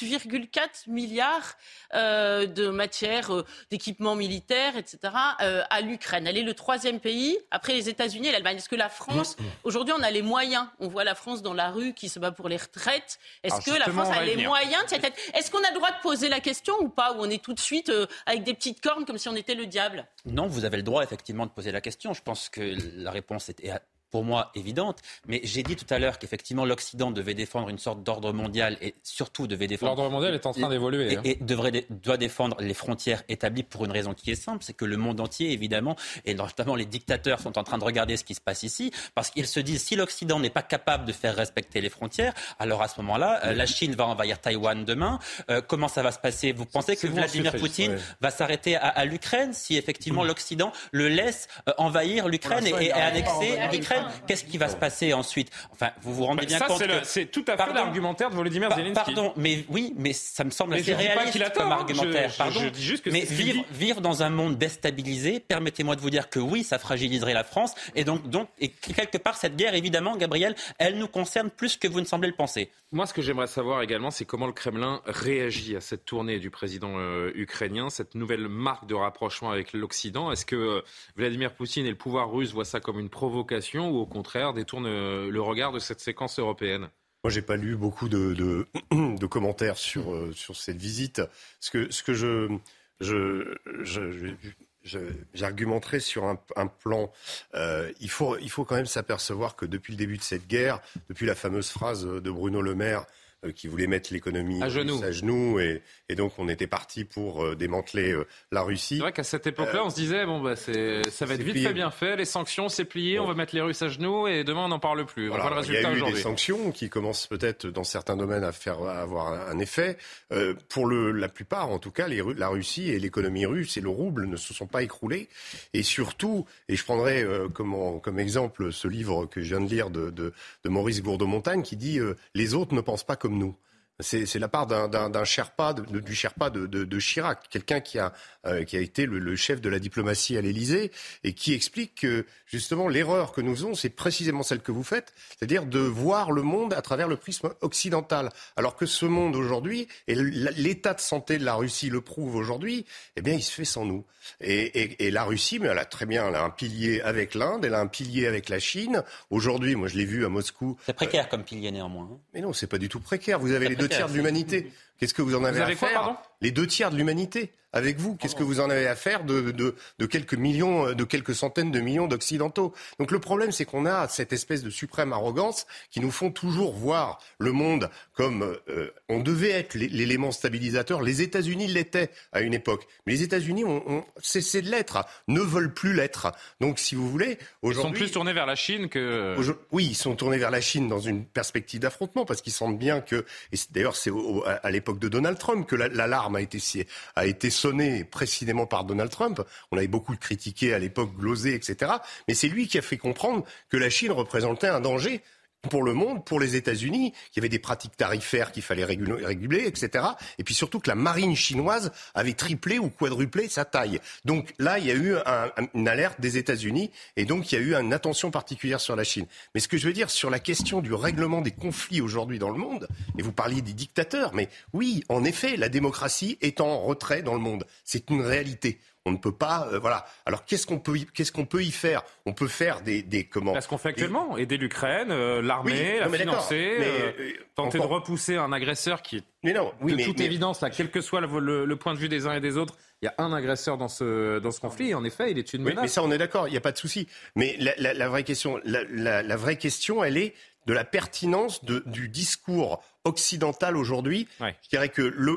7,4 milliards de matières, d'équipements militaires, etc., à l'Ukraine. Elle est le 3e pays, après les États-Unis et l'Allemagne. Est-ce que la France, aujourd'hui, on a les moyens. On voit la France dans la rue qui se bat pour les retraites. Est-ce que la France a les moyens de cette aide ? Est-ce qu'on a le droit de poser la question ou pas ? Ou on est tout de suite avec des petites cornes comme si on était le diable ? Non, vous avez le droit effectivement de poser la question. Je pense que la réponse est pour moi évidente, mais j'ai dit tout à l'heure qu'effectivement l'Occident devait défendre une sorte d'ordre mondial et surtout devait défendre... L'ordre mondial est en train d'évoluer. Et doit défendre les frontières établies pour une raison qui est simple, c'est que le monde entier, évidemment, et notamment les dictateurs sont en train de regarder ce qui se passe ici, parce qu'ils se disent si l'Occident n'est pas capable de faire respecter les frontières, alors à ce moment-là, la Chine va envahir Taïwan demain. Comment ça va se passer ? Vous pensez que Vladimir Poutine va s'arrêter à l'Ukraine si effectivement l'Occident le laisse envahir l'Ukraine et annexer l'Ukraine ? Qu'est-ce qui va se passer ensuite ? Enfin, vous vous rendez bien compte que... C'est tout à fait l'argumentaire de Volodymyr Zelensky. Pardon, mais oui, mais ça me semble assez réaliste comme argumentaire. Je dis juste que mais vivre dans un monde déstabilisé, permettez-moi de vous dire que oui, ça fragiliserait la France. Et donc quelque part, cette guerre, évidemment, Gabriel, elle nous concerne plus que vous ne semblez le penser. Moi, ce que j'aimerais savoir également, c'est comment le Kremlin réagit à cette tournée du président ukrainien, cette nouvelle marque de rapprochement avec l'Occident. Est-ce que Vladimir Poutine et le pouvoir russe voient ça comme une provocation ou au contraire détournent le regard de cette séquence européenne ? Moi, j'ai pas lu beaucoup de commentaires sur cette visite. Ce que j'argumenterai sur un plan. Il faut quand même s'apercevoir que depuis le début de cette guerre, depuis la fameuse phrase de Bruno Le Maire, qui voulait mettre l'économie à genoux et donc on était parti pour démanteler la Russie. C'est vrai qu'à cette époque-là, on se disait ça va être vite fait, bien fait, les sanctions c'est plié, on va mettre les Russes à genoux et demain on n'en parle plus. Voilà, on voit le résultat aujourd'hui. Il y a eu des sanctions qui commencent peut-être dans certains domaines à avoir un effet. Pour la plupart, en tout cas, la Russie et l'économie russe et le rouble ne se sont pas écroulés. Et surtout, et je prendrai comme exemple ce livre que je viens de lire de Maurice Gourdeau-Montagne qui dit les autres ne pensent pas comme nous. C'est la part d'un Sherpa, du Sherpa de Chirac, quelqu'un qui a été le chef de la diplomatie à l'Élysée et qui explique que justement l'erreur que nous faisons, c'est précisément celle que vous faites, c'est-à-dire de voir le monde à travers le prisme occidental. Alors que ce monde aujourd'hui, et l'état de santé de la Russie le prouve aujourd'hui, eh bien il se fait sans nous. Et la Russie, mais elle a un pilier avec l'Inde, elle a un pilier avec la Chine. Aujourd'hui, moi je l'ai vu à Moscou. C'est précaire comme pilier néanmoins. Mais non, c'est pas du tout précaire. Vous avez les 2/3 de l'humanité. Qu'est-ce que vous en avez à faire ? Les 2/3 de l'humanité. Avec vous, qu'est-ce que vous en avez à faire de quelques millions, de quelques centaines de millions d'Occidentaux ? Donc le problème, c'est qu'on a cette espèce de suprême arrogance qui nous font toujours voir le monde comme on devait être l'élément stabilisateur. Les États-Unis l'étaient à une époque, mais les États-Unis ont cessé de l'être, ne veulent plus l'être. Donc si vous voulez, aujourd'hui, ils sont plus tournés vers la Chine que. Oui, ils sont tournés vers la Chine dans une perspective d'affrontement parce qu'ils sentent bien que, et d'ailleurs c'est à l'époque de Donald Trump que l'alarme a été sonné précisément par Donald Trump. On avait beaucoup critiqué à l'époque Glosé, etc. Mais c'est lui qui a fait comprendre que la Chine représentait un danger pour le monde, pour les États-Unis, qu'il y avait des pratiques tarifaires qu'il fallait réguler, etc. Et puis surtout que la marine chinoise avait triplé ou quadruplé sa taille. Donc là, il y a eu une alerte des États-Unis et donc il y a eu une attention particulière sur la Chine. Mais ce que je veux dire sur la question du règlement des conflits aujourd'hui dans le monde, et vous parliez des dictateurs, mais oui, en effet, la démocratie est en retrait dans le monde. C'est une réalité. On ne peut pas, voilà. Alors qu'est-ce qu'on peut y faire ? On peut faire des comment ? Ce qu'on fait actuellement, aider l'Ukraine, l'armée, la financer, tenter de repousser un agresseur qui est de toute évidence, là, quel que soit le point de vue des uns et des autres, il y a un agresseur dans ce conflit. Et en effet, il est une menace. Mais ça, on est d'accord, il n'y a pas de souci. Mais la vraie question, la vraie question, elle est de la pertinence du discours occidental aujourd'hui. Ouais. Je dirais que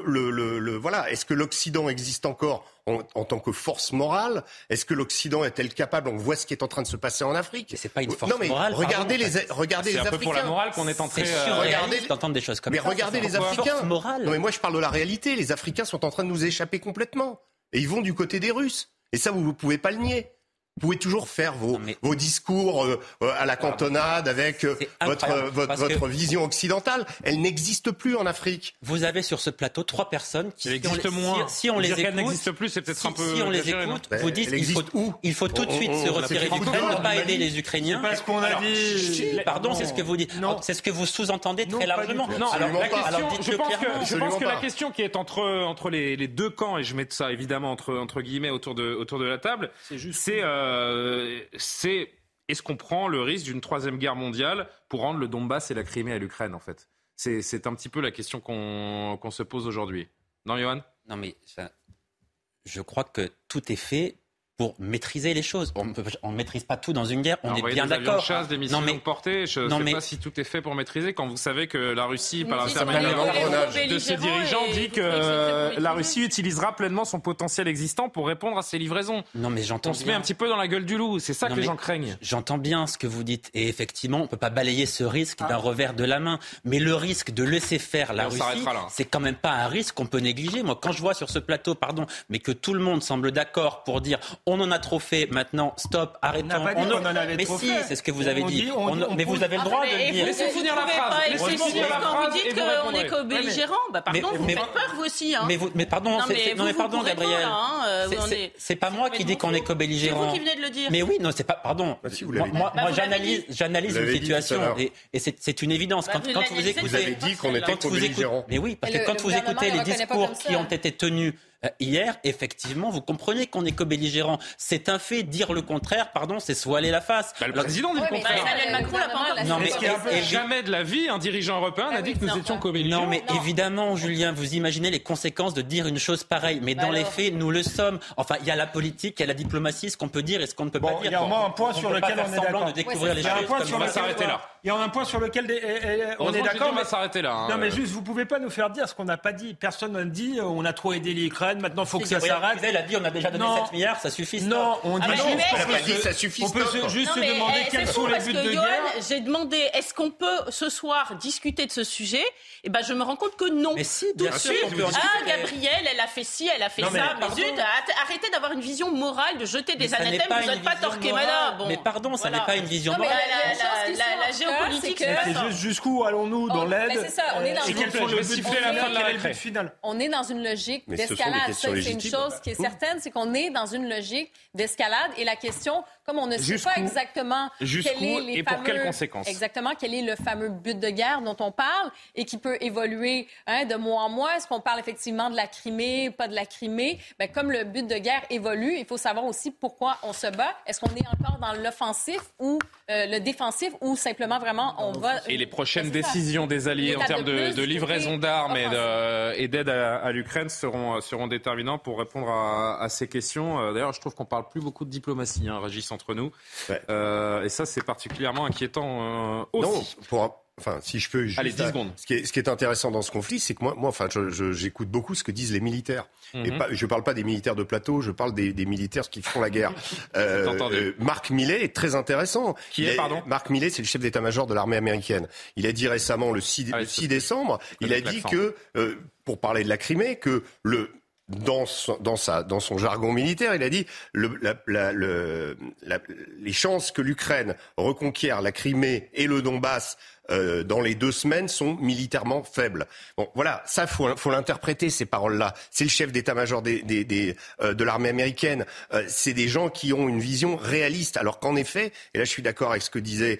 voilà, est-ce que l'Occident existe encore en tant que force morale ? Est-ce que l'Occident est-elle capable ? On voit ce qui est en train de se passer en Afrique. C'est pas une force morale. Regardez les Africains. C'est un peu pour la morale qu'on est en train de d'entendre des choses comme ça. Mais regardez les Africains. Non, mais moi je parle de la réalité. Les Africains sont en train de nous échapper complètement. Et ils vont du côté des Russes. Et ça, vous ne pouvez pas le nier. Vous pouvez toujours faire vos discours à la cantonade avec votre vision occidentale. Elle n'existe plus en Afrique. Vous avez sur ce plateau 3 personnes qui existent moins. Si on les écoute, n'existe plus, c'est peut-être un peu. Si on les écoute, vous dites il faut tout de suite se retirer d'Ukraine, ne pas aider les Ukrainiens. C'est pas ce qu'on a dit. Pardon, c'est ce que vous dites. C'est ce que vous sous-entendez très largement. Non, je pense que la question qui est entre les deux camps, et je mets ça évidemment entre guillemets autour de la table, c'est est-ce qu'on prend le risque d'une 3e guerre mondiale pour rendre le Donbass et la Crimée à l'Ukraine, en fait ? C'est un petit peu la question qu'on se pose aujourd'hui. Non, Johan ? Non, mais je crois que tout est fait pour maîtriser les choses. On ne maîtrise pas tout dans une guerre, on est bien d'accord. Des avions de chasse, des missiles longue portée, je ne sais pas si tout est fait pour maîtriser, quand vous savez que la Russie, par l'intermédiaire de ses dirigeants, dit que la Russie utilisera pleinement son potentiel existant pour répondre à ses livraisons. Non, mais j'entends bien. On se met un petit peu dans la gueule du loup, c'est ça que les gens craignent. J'entends bien ce que vous dites, et effectivement, on ne peut pas balayer ce risque d'un revers de la main, mais le risque de laisser faire la Russie, c'est quand même pas un risque qu'on peut négliger. Moi, quand je vois sur ce plateau, mais que tout le monde semble d'accord pour dire on en a trop fait, maintenant, stop, arrêtons. Mais si, c'est ce que vous avez dit. Mais vous avez le droit de le dire. Laissez finir la phrase. Quand vous dites qu'on est co-belligérant, pardon, vous faites peur vous aussi. Mais pardon, Gabriel. C'est pas moi qui dis qu'on est co-belligérant. C'est vous qui venez de le dire. Mais oui, non, c'est pas. Pardon. Moi, j'analyse une situation et c'est une évidence. Quand vous avez dit qu'on était co-belligérant. Mais oui, parce que quand vous écoutez les discours qui ont été tenus hier, effectivement, vous comprenez qu'on est co-belligérant. C'est un fait. Dire le contraire, c'est se voiler la face. Le président dit le contraire. Emmanuel Macron l'a pas encore dit. Jamais de la vie, un dirigeant européen n'a dit que nous étions co-belligérants. Non, mais évidemment, Julien, vous imaginez les conséquences de dire une chose pareille. Mais dans les faits, nous le sommes. Enfin, il y a la politique, il y a la diplomatie, ce qu'on peut dire et ce qu'on ne peut pas dire. Il y a un point sur lequel on est d'accord. De découvrir les choses. On va s'arrêter là. Il y a un point sur lequel on est d'accord. On va s'arrêter là. Non, mais juste, vous pouvez pas nous faire dire ce qu'on n'a pas dit. Personne n'a dit on a trop aidé l'Ukraine, maintenant il faut que ça s'arrête. Elle a dit on a déjà donné 7 milliards, ça suffit. Non, on dit ça suffit. On peut juste se demander quels sont les buts de guerre. J'ai demandé est-ce qu'on peut ce soir discuter de ce sujet. Et je me rends compte que non. Mais si, bien sûr. Gabrielle, elle a fait ci, elle a fait ça. Mais zut, arrêtez d'avoir une vision morale, de jeter des anathèmes. Vous n'êtes pas torqué, madame. Mais pardon, ça n'est pas une vision morale. La géopolitique, c'est juste jusqu'où allons-nous dans l'aide. C'est ça, on est dans le but final. On est dans une logique d'escalade. Ça, c'est une chose qui est certaine, c'est qu'on est dans une logique d'escalade. Et la question, comme on ne sait pas exactement pour quelles conséquences. Exactement, quel est le fameux but de guerre dont on parle et qui peut évoluer de mois en mois. Est-ce qu'on parle effectivement de la Crimée, pas de la Crimée? Comme le but de guerre évolue, il faut savoir aussi pourquoi on se bat. Est-ce qu'on est encore dans l'offensif ou le défensif ou simplement vraiment on va... Et les prochaines décisions des alliés en termes de livraison d'armes et d'aide à l'Ukraine seront déterminants pour répondre à ces questions. D'ailleurs, je trouve qu'on parle plus beaucoup de diplomatie, Régis, entre nous. Ouais. Et ça, c'est particulièrement inquiétant aussi. Non, si je peux juste... Allez, 10 secondes. Ce qui est intéressant dans ce conflit, c'est que moi j'écoute beaucoup ce que disent les militaires. Et je parle pas des militaires de plateau, je parle des militaires qui font la guerre. Mark Milley est très intéressant. Mark Milley, c'est le chef d'état-major de l'armée américaine. Il a dit récemment, le 6 décembre, il a dit que, pour parler de la Crimée, que dans son jargon militaire, il a dit les chances que l'Ukraine reconquiert la Crimée et le Donbass dans les 2 semaines sont militairement faibles. Bon, voilà, ça faut l'interpréter, ces paroles-là. C'est le chef d'état-major de l'armée américaine. C'est des gens qui ont une vision réaliste. Alors qu'en effet, et là je suis d'accord avec ce que disait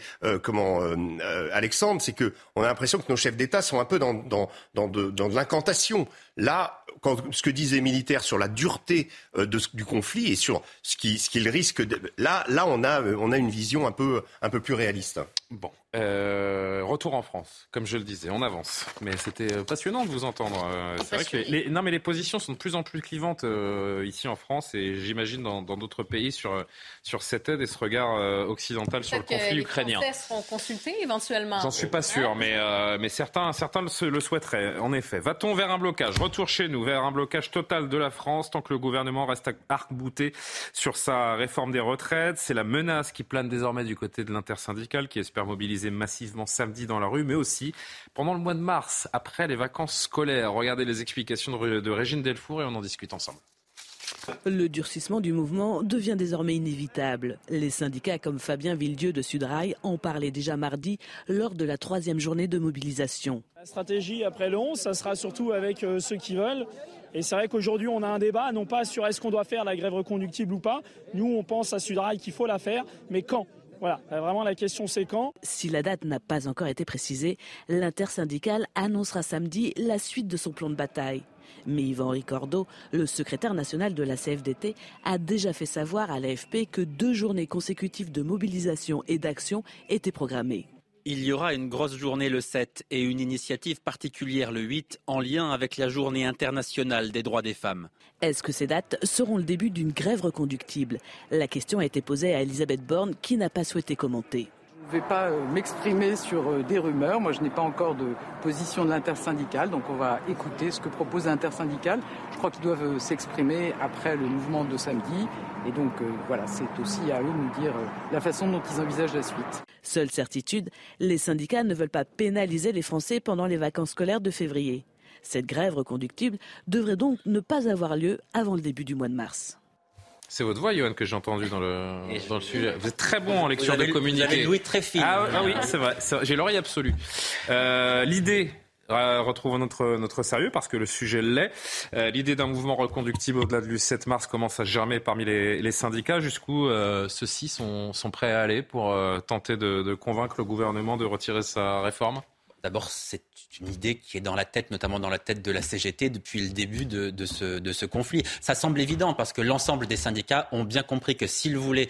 Alexandre, c'est que on a l'impression que nos chefs d'État sont un peu dans de l'incantation. Là, ce que disent les militaires sur la dureté du conflit et sur ce qu'il risque, là on a une vision un peu plus réaliste. Bon, retour en France, comme je le disais, on avance. Mais c'était passionnant de vous entendre. C'est vrai que les positions sont de plus en plus clivantes ici en France et j'imagine dans d'autres pays sur cette aide et ce regard occidental sur le conflit ukrainien. Les Français seront consultés éventuellement. J'en suis pas sûr, mais certains le souhaiteraient. En effet, va-t-on vers un blocage? Retour chez nous vers un blocage total de la France tant que le gouvernement reste arc-bouté sur sa réforme des retraites. C'est la menace qui plane désormais du côté de l'intersyndicale qui espère mobiliser massivement samedi dans la rue, mais aussi pendant le mois de mars, après les vacances scolaires. Regardez les explications de Régine Delfour et on en discute ensemble. Le durcissement du mouvement devient désormais inévitable. Les syndicats comme Fabien Villedieu de Sudrail en parlaient déjà mardi lors de la 3e journée de mobilisation. La stratégie après le 11, ça sera surtout avec ceux qui veulent. Et c'est vrai qu'aujourd'hui, on a un débat, non pas sur est-ce qu'on doit faire la grève reconductible ou pas. Nous, on pense à Sudrail qu'il faut la faire, mais quand ? Voilà, vraiment la question c'est quand. Si la date n'a pas encore été précisée, l'intersyndicale annoncera samedi la suite de son plan de bataille. Mais Yvan Ricordeau, le secrétaire national de la CFDT, a déjà fait savoir à l'AFP que 2 journées consécutives de mobilisation et d'action étaient programmées. Il y aura une grosse journée le 7 et une initiative particulière le 8 en lien avec la journée internationale des droits des femmes. Est-ce que ces dates seront le début d'une grève reconductible? La question a été posée à Elisabeth Borne qui n'a pas souhaité commenter. Je ne vais pas m'exprimer sur des rumeurs. Moi, je n'ai pas encore de position de l'intersyndicale, donc on va écouter ce que propose l'intersyndicale. Je crois qu'ils doivent s'exprimer après le mouvement de samedi. Et donc, voilà, c'est aussi à eux de nous dire la façon dont ils envisagent la suite. Seule certitude, les syndicats ne veulent pas pénaliser les Français pendant les vacances scolaires de février. Cette grève reconductible devrait donc ne pas avoir lieu avant le début du mois de mars. C'est votre voix, Johan, que j'ai entendue dans le sujet. Vous êtes très bon en lecture de communiqué. Vous avez l'ouïe très fine. Ah oui, c'est vrai. J'ai l'oreille absolue. L'idée retrouve notre sérieux parce que le sujet l'est. L'idée d'un mouvement reconductible au-delà du 7 mars commence à germer parmi les syndicats. Jusqu'où ceux-ci sont prêts à aller pour tenter de convaincre le gouvernement de retirer sa réforme? D'abord, c'est une idée qui est dans la tête, notamment dans la tête de la CGT depuis le début de ce conflit. Ça semble évident parce que l'ensemble des syndicats ont bien compris que s'ils voulaient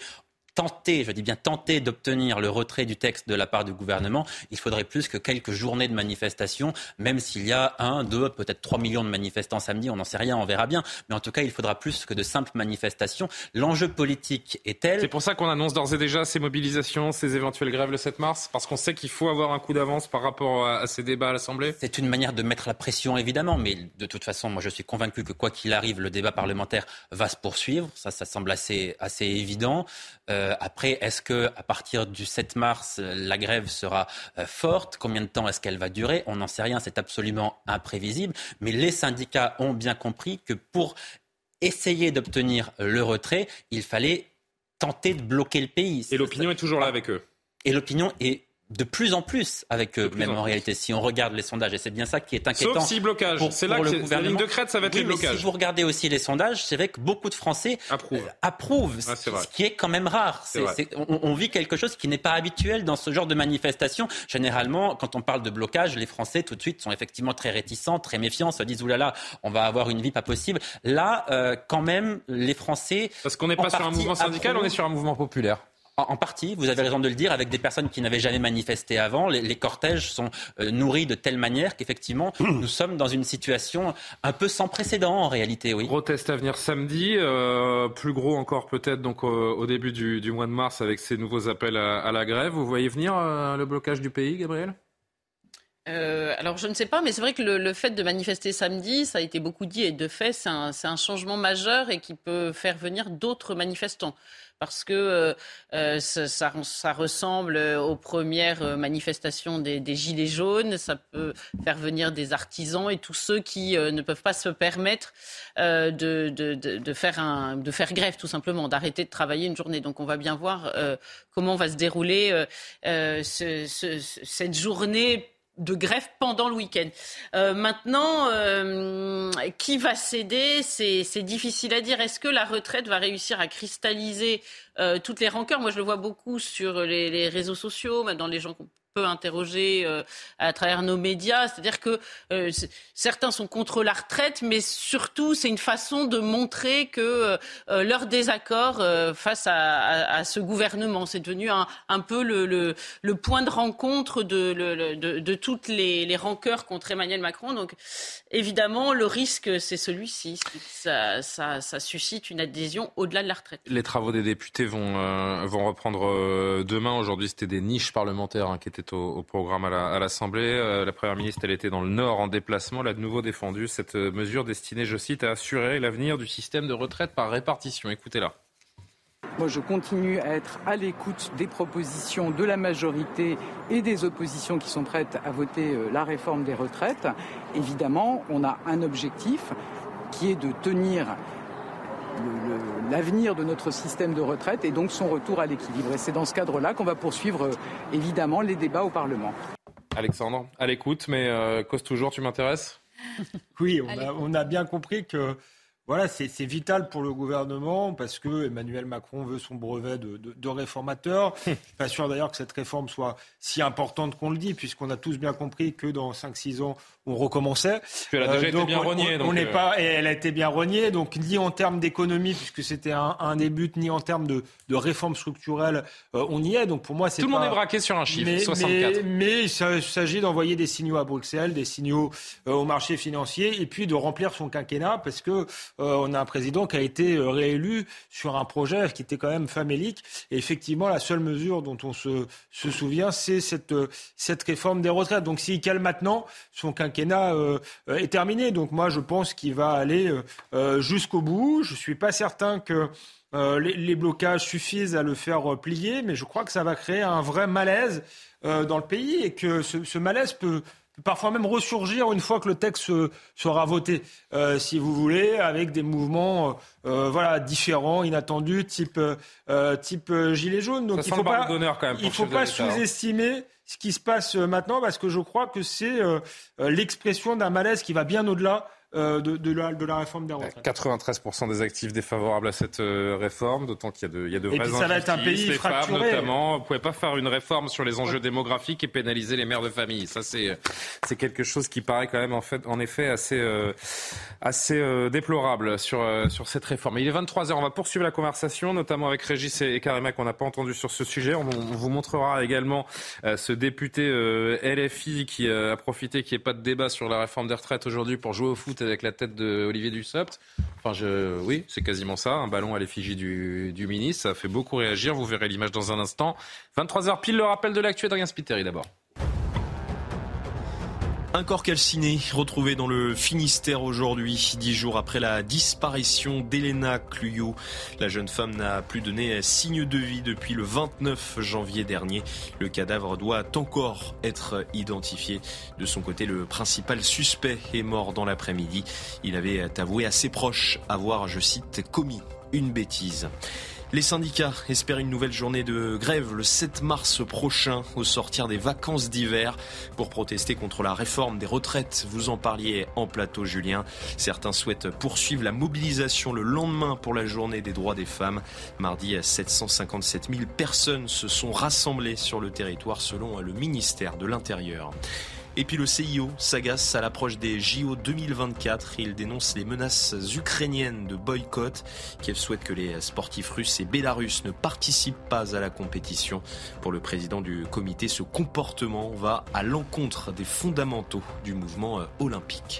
tenter d'obtenir le retrait du texte de la part du gouvernement, il faudrait plus que quelques journées de manifestation, même s'il y a 1, 2, peut-être 3 millions de manifestants samedi, on n'en sait rien, on verra bien. Mais en tout cas, il faudra plus que de simples manifestations. L'enjeu politique est tel... C'est pour ça qu'on annonce d'ores et déjà ces mobilisations, ces éventuelles grèves le 7 mars, parce qu'on sait qu'il faut avoir un coup d'avance par rapport à ces débats à l'Assemblée. C'est une manière de mettre la pression, évidemment, mais de toute façon, moi je suis convaincu que quoi qu'il arrive, le débat parlementaire va se poursuivre. Ça semble assez évident. Après, est-ce que à partir du 7 mars, la grève sera forte ? Combien de temps est-ce qu'elle va durer ? On n'en sait rien, c'est absolument imprévisible. Mais les syndicats ont bien compris que pour essayer d'obtenir le retrait, il fallait tenter de bloquer le pays. Et l'opinion est toujours là avec eux. Et l'opinion est de plus en plus avec eux, même en réalité, si on regarde les sondages. Et c'est bien ça qui est inquiétant. Sauf si blocage. C'est là que la ligne de crête, ça va être les blocages. Mais si vous regardez aussi les sondages, c'est vrai que beaucoup de Français approuvent, ce qui est quand même rare. On vit quelque chose qui n'est pas habituel dans ce genre de manifestation. Généralement, quand on parle de blocage, les Français, tout de suite, sont effectivement très réticents, très méfiants, se disent « oulala, on va avoir une vie pas possible ». Là, quand même, les Français... Parce qu'on n'est pas sur un mouvement syndical, on est sur un mouvement populaire. En partie, vous avez raison de le dire, avec des personnes qui n'avaient jamais manifesté avant. Les cortèges sont nourris de telle manière qu'effectivement, nous sommes dans une situation un peu sans précédent en réalité. Oui. Gros test à venir samedi, plus gros encore peut-être donc au début du mois de mars avec ces nouveaux appels à la grève. Vous voyez venir le blocage du pays, Gabriel ? Alors je ne sais pas, mais c'est vrai que le fait de manifester samedi, ça a été beaucoup dit et de fait, c'est un changement majeur et qui peut faire venir d'autres manifestants. Parce que ça ressemble aux premières manifestations des Gilets jaunes, ça peut faire venir des artisans et tous ceux qui ne peuvent pas se permettre de faire grève tout simplement, d'arrêter de travailler une journée. Donc on va bien voir comment va se dérouler cette journée de grève pendant le week-end. Maintenant, qui va céder, c'est difficile à dire. Est-ce que la retraite va réussir à cristalliser toutes les rancœurs ? Moi, je le vois beaucoup sur les réseaux sociaux, dans les gens qu'on peut interroger à travers nos médias. C'est-à-dire que certains sont contre la retraite, mais surtout, c'est une façon de montrer que leur désaccord face à ce gouvernement, c'est devenu un peu le point de rencontre de toutes les rancœurs contre Emmanuel Macron. Donc, évidemment, le risque, c'est celui-ci. Ça suscite une adhésion au-delà de la retraite. Les travaux des députés vont reprendre demain. Aujourd'hui, c'était des niches parlementaires qui étaient au programme à l'Assemblée. La Première ministre, elle était dans le Nord en déplacement. Elle a de nouveau défendu cette mesure destinée, je cite, à assurer l'avenir du système de retraite par répartition. Écoutez-la. Moi, je continue à être à l'écoute des propositions de la majorité et des oppositions qui sont prêtes à voter la réforme des retraites. Évidemment, on a un objectif qui est de tenir l'avenir de notre système de retraite et donc son retour à l'équilibre. Et c'est dans ce cadre-là qu'on va poursuivre évidemment les débats au Parlement. Alexandre, à l'écoute, mais cause toujours, tu m'intéresses ? Oui, on a bien compris que voilà, c'est vital pour le gouvernement parce que Emmanuel Macron veut son brevet de réformateur. Je ne suis pas sûr d'ailleurs que cette réforme soit si importante qu'on le dit, puisqu'on a tous bien compris que dans 5-6 ans, on recommençait. Puis elle a déjà été bien reniée. Et elle a été bien reniée, donc ni en termes d'économie, puisque c'était un des buts, ni en termes de réforme structurelle, on y est. Donc pour moi, c'est tout le monde est braqué sur un chiffre, 64. Mais il s'agit d'envoyer des signaux à Bruxelles, des signaux au marché financier, et puis de remplir son quinquennat, parce que on a un président qui a été réélu sur un projet qui était quand même famélique. Et effectivement, la seule mesure dont on se souvient, c'est cette réforme des retraites. Donc s'il cale maintenant, son quinquennat est terminé. Donc moi, je pense qu'il va aller jusqu'au bout. Je ne suis pas certain que les blocages suffisent à le faire plier, mais je crois que ça va créer un vrai malaise dans le pays et que ce malaise peut parfois même ressurgir une fois que le texte sera voté, si vous voulez, avec des mouvements différents, inattendus, type Gilets jaunes. Donc il ne faut pas sous-estimer ce qui se passe maintenant, parce que je crois que c'est l'expression d'un malaise qui va bien au-delà de la réforme des retraites. 93% des actifs défavorables à cette réforme, d'autant qu'il y a de vraies injustices. Ça va être un pays fracturé. Femmes, notamment. Vous ne pouvez pas faire une réforme sur les enjeux démographiques et pénaliser les mères de famille. Ça, c'est quelque chose qui paraît quand même en effet assez déplorable sur cette réforme. Il est 23h, on va poursuivre la conversation, notamment avec Régis et Karima qu'on n'a pas entendu sur ce sujet. On vous montrera également ce député LFI qui a profité qu'il n'y ait pas de débat sur la réforme des retraites aujourd'hui pour jouer au foot avec la tête d'Olivier Dussopt. Oui, c'est quasiment ça, un ballon à l'effigie du ministre. Ça a fait beaucoup réagir, vous verrez l'image dans un instant. 23h pile, le rappel de l'actu, Adrien Spiteri d'abord. Un corps calciné retrouvé dans le Finistère aujourd'hui, 10 jours après la disparition d'Elena Cluyot. La jeune femme n'a plus donné signe de vie depuis le 29 janvier dernier. Le cadavre doit encore être identifié. De son côté, le principal suspect est mort dans l'après-midi. Il avait avoué à ses proches avoir, je cite, commis une bêtise. Les syndicats espèrent une nouvelle journée de grève le 7 mars prochain au sortir des vacances d'hiver pour protester contre la réforme des retraites. Vous en parliez en plateau, Julien. Certains souhaitent poursuivre la mobilisation le lendemain pour la journée des droits des femmes. Mardi, 757 000 personnes se sont rassemblées sur le territoire selon le ministère de l'Intérieur. Et puis le CIO s'agace à l'approche des JO 2024. Il dénonce les menaces ukrainiennes de boycott. Kiev souhaite que les sportifs russes et bélarusses ne participent pas à la compétition. Pour le président du comité, ce comportement va à l'encontre des fondamentaux du mouvement olympique.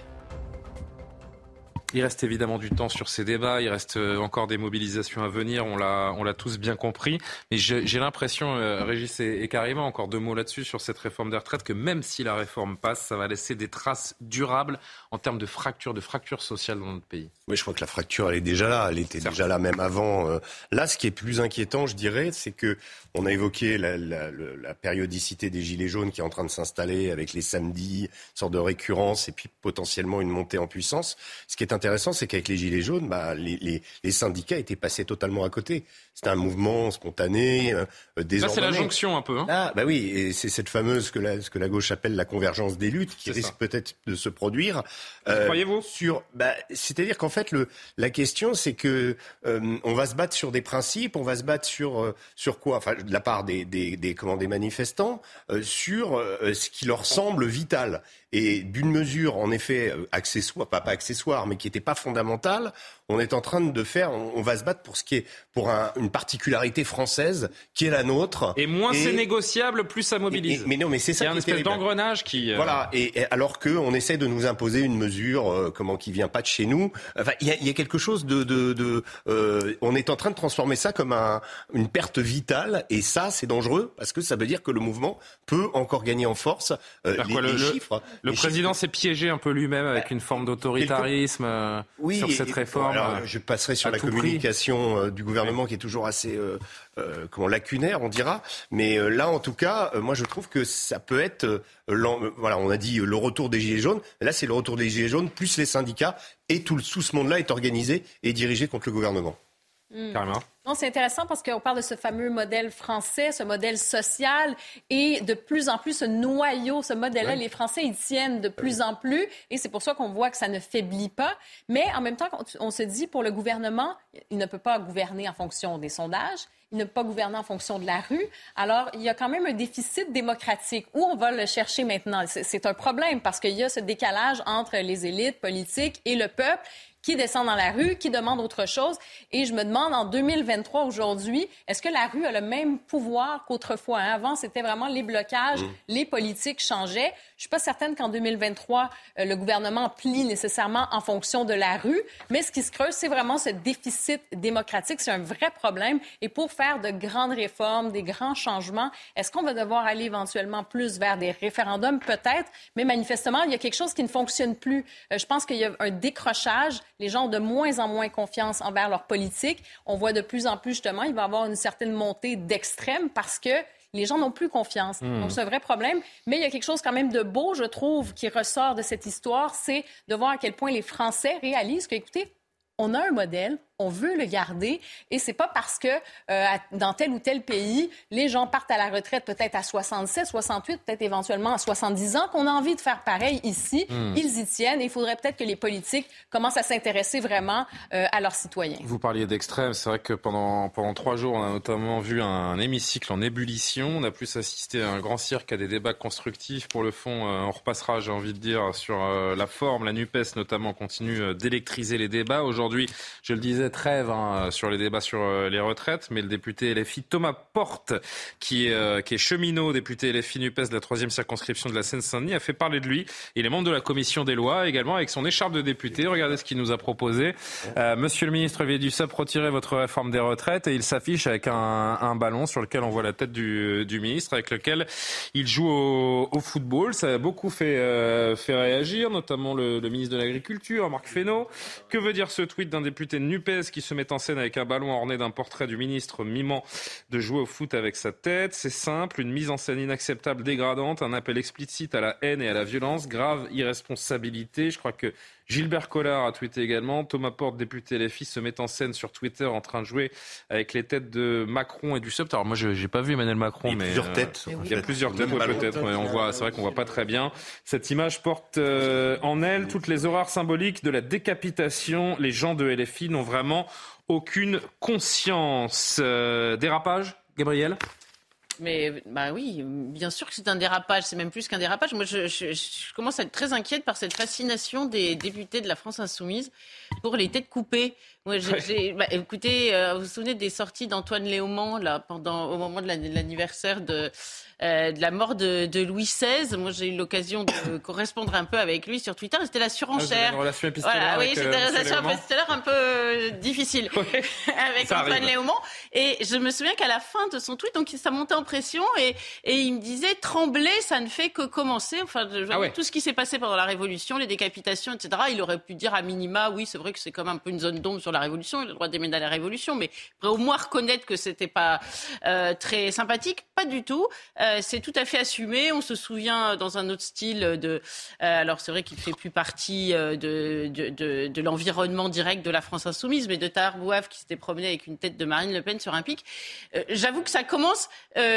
Il reste évidemment du temps sur ces débats, il reste encore des mobilisations à venir, on l'a tous bien compris. Mais j'ai l'impression, Régis et Karima, encore 2 mots là-dessus, sur cette réforme des retraites, que même si la réforme passe, ça va laisser des traces durables en termes de fracture sociale dans notre pays. Oui, je crois que la fracture, elle est déjà là, elle était déjà là même avant. Là, ce qui est plus inquiétant, je dirais, c'est que on a évoqué la périodicité des gilets jaunes qui est en train de s'installer avec les samedis, une sorte de récurrence et puis potentiellement une montée en puissance. Ce qui est intéressant, c'est qu'avec les gilets jaunes, les syndicats étaient passés totalement à côté. C'était un mouvement spontané, désordonné. Ça, c'est la jonction un peu. Ah, oui, et c'est cette fameuse ce que la gauche appelle la convergence des luttes qui risque peut-être de se produire. Croyez-vous ? C'est-à-dire qu'en fait, la question, c'est que on va se battre sur des principes, on va se battre sur quoi ? Enfin, de la part des manifestants, sur ce qui leur semble vital. Et d'une mesure, en effet, accessoire, pas accessoire, mais qui n'était pas fondamentale, on est en train de faire, on va se battre pour ce qui est, pour une particularité française, qui est la nôtre. Et moins c'est négociable, plus ça mobilise. Mais non, mais c'est ça qui est terrible. Il y a un espèce d'engrenage qui... Voilà, et alors qu'on essaie de nous imposer une mesure, qui vient pas de chez nous. Enfin, il y a quelque chose on est en train de transformer ça comme une perte vitale, et ça, c'est dangereux, parce que ça veut dire que le mouvement peut encore gagner en force. Les chiffres... Le président s'est piégé un peu lui-même avec une forme d'autoritarisme sur cette réforme. Alors, je passerai sur la communication du gouvernement qui est toujours assez lacunaire, on dira. Mais là, en tout cas, moi, je trouve que ça peut être... on a dit le retour des Gilets jaunes. Là, c'est le retour des Gilets jaunes, plus les syndicats. Et tout ce monde-là est organisé et dirigé contre le gouvernement. Carrément. Non, c'est intéressant parce qu'on parle de ce fameux modèle français, ce modèle social, et de plus en plus ce noyau, ce modèle-là, les Français y tiennent de plus en plus, et c'est pour ça qu'on voit que ça ne faiblit pas. Mais en même temps, on se dit, pour le gouvernement, il ne peut pas gouverner en fonction des sondages, il ne peut pas gouverner en fonction de la rue. Alors, il y a quand même un déficit démocratique. Où on va le chercher maintenant? C'est un problème parce qu'il y a ce décalage entre les élites politiques et le peuple qui descend dans la rue, qui demande autre chose. Et je me demande, en 2023, aujourd'hui, est-ce que la rue a le même pouvoir qu'autrefois? Avant, c'était vraiment les blocages, les politiques changeaient. Je suis pas certaine qu'en 2023, le gouvernement plie nécessairement en fonction de la rue, mais ce qui se creuse, c'est vraiment ce déficit démocratique. C'est un vrai problème. Et pour faire de grandes réformes, des grands changements, est-ce qu'on va devoir aller éventuellement plus vers des référendums? Peut-être, mais manifestement, il y a quelque chose qui ne fonctionne plus. Je pense qu'il y a un décrochage. Les gens ont de moins en moins confiance envers leur politique. On voit de plus en plus, justement, il va y avoir une certaine montée d'extrême parce que les gens n'ont plus confiance. Donc, c'est un vrai problème. Mais il y a quelque chose quand même de beau, je trouve, qui ressort de cette histoire, c'est de voir à quel point les Français réalisent que, écoutez, on a un modèle, on veut le garder et c'est pas parce que dans tel ou tel pays, les gens partent à la retraite peut-être à 67, 68, peut-être éventuellement à 70 ans, qu'on a envie de faire pareil ici. Ils y tiennent et il faudrait peut-être que les politiques commencent à s'intéresser vraiment à leurs citoyens. Vous parliez d'extrême, c'est vrai que pendant 3 jours, on a notamment vu un hémicycle en ébullition. On a plus assisté à un grand cirque, à des débats constructifs. Pour le fond, on repassera, j'ai envie de dire, sur la forme. La NUPES notamment continue d'électriser les débats. Aujourd'hui, je le disais, trêve sur les débats sur les retraites, mais le député LFI Thomas Porte, qui est cheminot, député LFI NUPES de la 3e circonscription de la Seine-Saint-Denis, a fait parler de lui. Il est membre de la commission des lois, également avec son écharpe de député. Regardez ce qu'il nous a proposé. Monsieur le ministre Olivier Dussopt, retirez votre réforme des retraites, et il s'affiche avec un ballon sur lequel on voit la tête du ministre, avec lequel il joue au football. Ça a beaucoup fait réagir, notamment le ministre de l'Agriculture, Marc Fesneau. Que veut dire ce tweet d'un député de NUPES qui se met en scène avec un ballon orné d'un portrait du ministre mimant de jouer au foot avec sa tête? C'est simple, une mise en scène inacceptable, dégradante, un appel explicite à la haine et à la violence, grave irresponsabilité. Je crois que Gilbert Collard a tweeté également. Thomas Porte, député LFI, se met en scène sur Twitter en train de jouer avec les têtes de Macron et Dussopt. Alors moi, j'ai pas vu Emmanuel Macron, mais plusieurs têtes. Il y a plusieurs têtes, peut-être. Ouais, on voit, c'est vrai qu'on voit pas très bien. Cette image porte en elle toutes les horreurs symboliques de la décapitation. Les gens de LFI n'ont vraiment aucune conscience. Dérapage, Gabriel? Mais oui, bien sûr que c'est un dérapage, c'est même plus qu'un dérapage. Moi, je commence à être très inquiète par cette fascination des députés de la France Insoumise pour les têtes coupées. Moi, écoutez, vous vous souvenez des sorties d'Antoine Léaumont là, au moment de l'anniversaire de la mort de Louis XVI. Moi, j'ai eu l'occasion de correspondre un peu avec lui sur Twitter. C'était la surenchère. Une relation épistolaire. Oui, c'était une relation épistolaire un peu difficile avec Antoine Léaumont. Et je me souviens qu'à la fin de son tweet, donc ça montait en pression et il me disait trembler, ça ne fait que commencer. Enfin, tout ce qui s'est passé pendant la Révolution, les décapitations, etc. Il aurait pu dire à minima, oui, c'est vrai que c'est comme un peu une zone d'ombre sur la Révolution. Il a le droit d'aimer la Révolution, mais au moins reconnaître que c'était pas très sympathique, pas du tout. C'est tout à fait assumé. On se souvient dans un autre style alors c'est vrai qu'il ne fait plus partie de l'environnement direct de la France Insoumise, mais de Tahar Bouaf qui s'était promené avec une tête de Marine Le Pen sur un pic. J'avoue que ça commence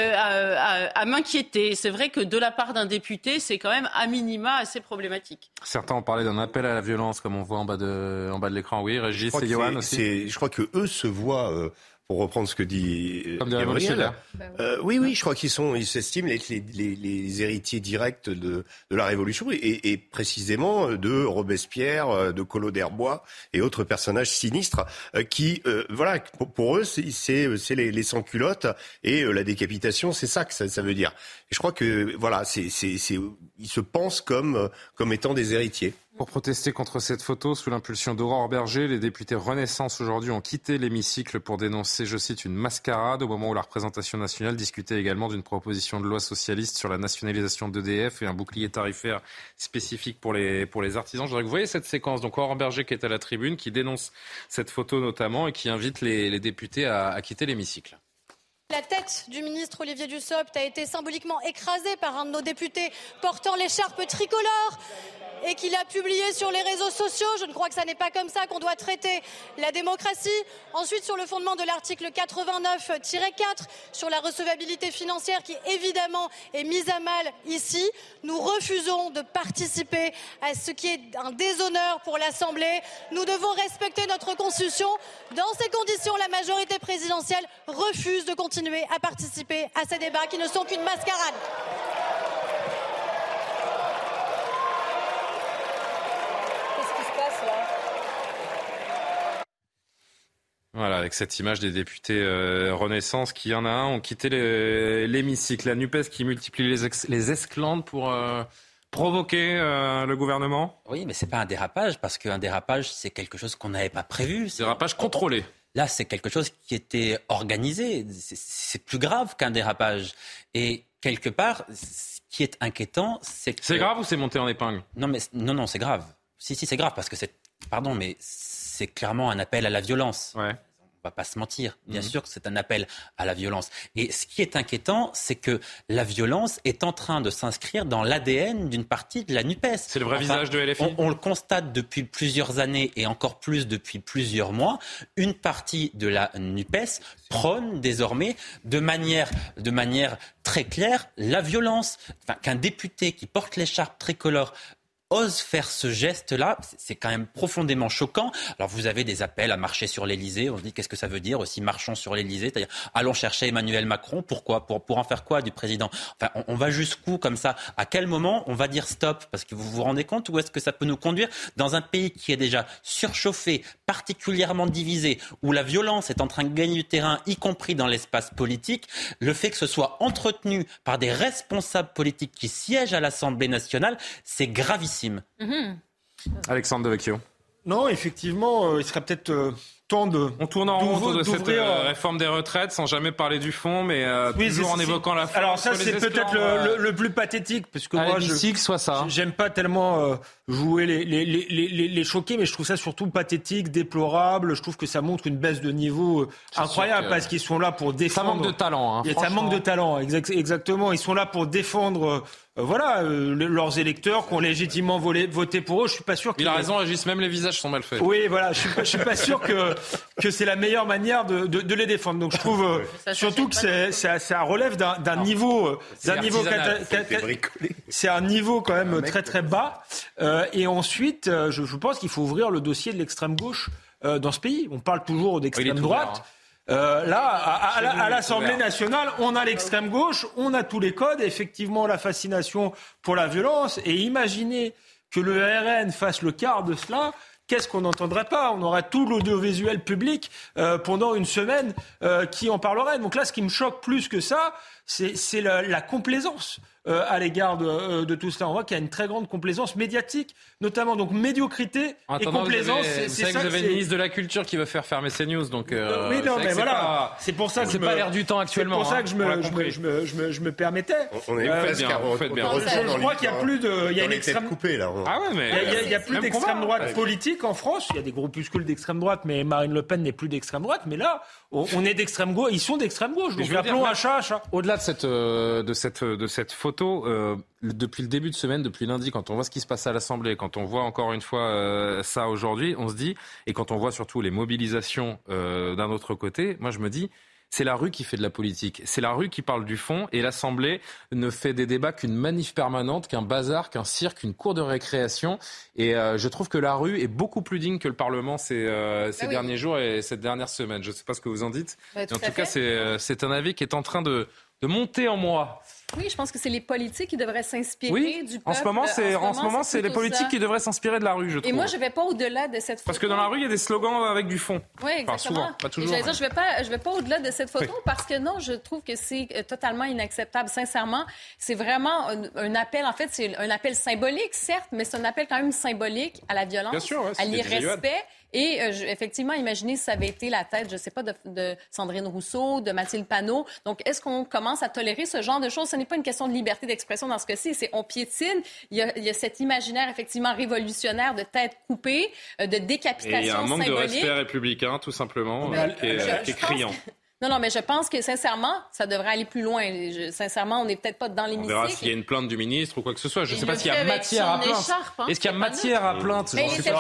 à m'inquiéter. C'est vrai que de la part d'un député, c'est quand même à minima assez problématique. Certains ont parlé d'un appel à la violence, comme on voit en bas de l'écran. Oui, Régis et Johan aussi. Je crois que eux se voient. Pour reprendre ce que dit Gabriel. Oui, je crois qu'ils s'estiment être les héritiers directs de la Révolution et précisément de Robespierre, de Collot d'Herbois et autres personnages sinistres qui, pour eux, c'est les sans-culottes et la décapitation, c'est ça que ça veut dire. Et je crois que, ils se pensent comme étant des héritiers. Pour protester contre cette photo, sous l'impulsion d'Aurore Berger, les députés Renaissance aujourd'hui ont quitté l'hémicycle pour dénoncer, je cite, une mascarade au moment où la représentation nationale discutait également d'une proposition de loi socialiste sur la nationalisation d'EDF et un bouclier tarifaire spécifique pour les artisans. Je voudrais que vous voyez cette séquence. Donc Aurore Berger qui est à la tribune, qui dénonce cette photo notamment et qui invite les députés à quitter l'hémicycle. La tête du ministre Olivier Dussopt a été symboliquement écrasée par un de nos députés portant l'écharpe tricolore et qu'il a publié sur les réseaux sociaux. Je ne crois que ça n'est pas comme ça qu'on doit traiter la démocratie. Ensuite, sur le fondement de l'article 89-4, sur la recevabilité financière qui, évidemment, est mise à mal ici, nous refusons de participer à ce qui est un déshonneur pour l'Assemblée. Nous devons respecter notre Constitution. Dans ces conditions, la majorité présidentielle refuse de continuer à participer à ces débats qui ne sont qu'une mascarade. Voilà, avec cette image des députés Renaissance qui, en a un, ont quitté l'hémicycle. La NUPES qui multiplie les esclandres pour provoquer le gouvernement. Oui, mais c'est pas un dérapage, parce qu'un dérapage, c'est quelque chose qu'on n'avait pas prévu. Dérapage contrôlé. Là, c'est quelque chose qui était organisé. C'est plus grave qu'un dérapage. Et quelque part, ce qui est inquiétant, c'est que... C'est grave ou c'est monté en épingle ? Non, c'est grave. Si, c'est grave, parce que c'est clairement un appel à la violence. Ouais. On va pas se mentir. Bien sûr que c'est un appel à la violence. Et ce qui est inquiétant, c'est que la violence est en train de s'inscrire dans l'ADN d'une partie de la NUPES. C'est le vrai visage de LFI. On le constate depuis plusieurs années et encore plus depuis plusieurs mois. Une partie de la NUPES prône désormais de manière très claire la violence. Enfin, qu'un député qui porte l'écharpe tricolore ose faire ce geste-là, c'est quand même profondément choquant. Alors vous avez des appels à marcher sur l'Elysée, on se dit qu'est-ce que ça veut dire aussi, marchons sur l'Elysée, c'est-à-dire allons chercher Emmanuel Macron, pourquoi ? Pour en faire quoi du président ? Enfin, on va jusqu'où comme ça ? À quel moment on va dire stop ? Parce que vous vous rendez compte où est-ce que ça peut nous conduire dans un pays qui est déjà surchauffé, particulièrement divisé, où la violence est en train de gagner du terrain, y compris dans l'espace politique, le fait que ce soit entretenu par des responsables politiques qui siègent à l'Assemblée nationale, c'est gravissime. Alexandre Devecchio. Non, effectivement, il serait peut-être temps de... On tourne en rond autour de cette réforme des retraites sans jamais parler du fond, mais toujours en évoquant la forme. Alors ça, c'est peut-être le plus pathétique, parce que moi, j'aime pas tellement jouer les choqués, mais je trouve ça surtout pathétique, déplorable. Je trouve que ça montre une baisse de niveau incroyable, parce qu'ils sont là pour défendre... Ça manque de talent. Ça manque de talent, exactement. Ils sont là pour défendre... leurs électeurs qui ont légitimement voté pour eux. Je suis pas sûr qu'il... Il a raison, Régis, même les visages sont mal faits. Oui, voilà, je suis pas sûr que c'est la meilleure manière de les défendre. Donc je trouve surtout que ça relève d'un niveau... c'est un niveau quand même très très bas. Et ensuite, je pense qu'il faut ouvrir le dossier de l'extrême gauche dans ce pays. On parle toujours d'extrême droite. À l'Assemblée nationale, on a l'extrême gauche, on a tous les codes, effectivement la fascination pour la violence. Et imaginez que le RN fasse le quart de cela, qu'est-ce qu'on n'entendrait pas ? On aurait tout l'audiovisuel public pendant une semaine qui en parlerait. Donc là, ce qui me choque plus que ça, c'est la complaisance à l'égard de tout cela. On voit qu'il y a une très grande complaisance médiatique, notamment. Donc médiocrité et complaisance. Vous savez que vous avez le ministre de la Culture qui veut faire fermer CNews. Donc, oui, non, mais voilà. C'est pour ça que c'est pas l'air du temps actuellement. C'est pour ça que je me permettais. On est presque à je crois qu'il y a plus de... Il y a une extrême... coupée, là. Il y a plus d'extrême droite politique en France. Il y a des groupuscules d'extrême droite, mais Marine Le Pen n'est plus d'extrême droite. Mais là, on est d'extrême gauche. Ils sont d'extrême gauche. Donc appelons un chat. Au-delà de cette photo, depuis le début de semaine, depuis lundi, quand on voit ce qui se passe à l'Assemblée, quand on voit encore une fois ça aujourd'hui, on se dit, et quand on voit surtout les mobilisations d'un autre côté, moi je me dis, c'est la rue qui fait de la politique, c'est la rue qui parle du fond, et l'Assemblée ne fait des débats qu'une manif permanente, qu'un bazar, qu'un cirque, une cour de récréation. Et je trouve que la rue est beaucoup plus digne que le Parlement ces derniers jours et cette dernière semaine. Je ne sais pas ce que vous en dites, mais en tout cas c'est un avis qui est en train de monter en moi. Oui, je pense que c'est les politiques qui devraient s'inspirer du peuple. En ce moment, c'est les politiques qui devraient s'inspirer de la rue, je trouve. Et moi, je ne vais pas au-delà de cette photo. Parce que dans la rue, il y a des slogans avec du fond. Oui, exactement. Enfin, souvent, pas toujours. Et je vais pas au-delà de cette photo parce que non, je trouve que c'est totalement inacceptable. Sincèrement, c'est vraiment un appel. En fait, c'est un appel symbolique, certes, mais c'est un appel quand même symbolique à la violence, bien sûr, à l'irrespect. Et effectivement, imaginez si ça avait été la tête, je ne sais pas, de Sandrine Rousseau, de Mathilde Panot. Donc, est-ce qu'on commence à tolérer ce genre de choses? Ce n'est pas une question de liberté d'expression dans ce cas-ci, c'est on piétine. Il y a cet imaginaire effectivement révolutionnaire de tête coupée, de décapitation symbolique. Et il y a un manque de respect républicain, tout simplement, qui est criant. Non, mais je pense que, sincèrement, ça devrait aller plus loin. Sincèrement, on n'est peut-être pas dans l'hémicycle. On verra s'il y a une plainte du ministre ou quoi que ce soit. Je ne sais pas s'il y a matière à plainte. Est-ce qu'il y a matière à plainte?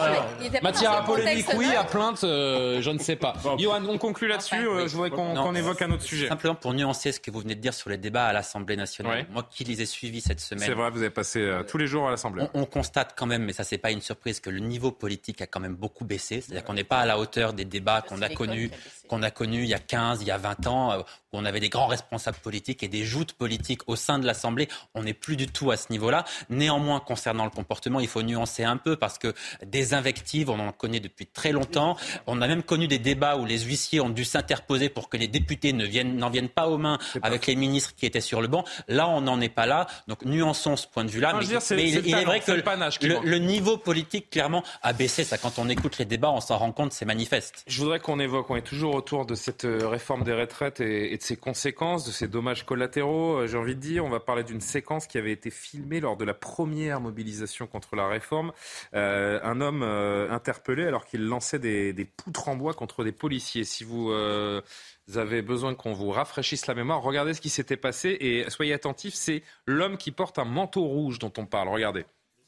Matière à polémique, oui. À plainte, je ne sais pas. Johan, on conclut là-dessus. Je voudrais qu'on évoque un autre sujet. Simplement pour nuancer ce que vous venez de dire sur les débats à l'Assemblée nationale. Moi qui les ai suivis cette semaine. C'est vrai, vous avez passé tous les jours à l'Assemblée. On constate quand même, mais ça, c'est pas une surprise, que le niveau politique a quand même beaucoup baissé. C'est-à-dire qu'on n'est pas à la hauteur des débats qu'on a connus il y a 15, il y a 20 ans, où on avait des grands responsables politiques et des joutes politiques au sein de l'Assemblée. On n'est plus du tout à ce niveau-là. Néanmoins, concernant le comportement, il faut nuancer un peu parce que des invectives, on en connaît depuis très longtemps. On a même connu des débats où les huissiers ont dû s'interposer pour que les députés n'en viennent pas aux mains avec les ministres qui étaient sur le banc. Là, on n'en est pas là. Donc, nuançons ce point de vue-là. Mais il est vrai que le niveau politique, clairement, a baissé. Ça, quand on écoute les débats, on s'en rend compte, c'est manifeste. Je voudrais qu'on évoque, on est toujours autour de cette réforme réforme des retraites et de ses conséquences, de ses dommages collatéraux. J'ai envie de dire, on va parler d'une séquence qui avait été filmée lors de la première mobilisation contre la réforme. Un homme interpellé alors qu'il lançait des poutres en bois contre des policiers. Si vous avez besoin qu'on vous rafraîchisse la mémoire, regardez ce qui s'était passé et soyez attentifs, c'est l'homme qui porte un manteau rouge dont on parle. Regardez.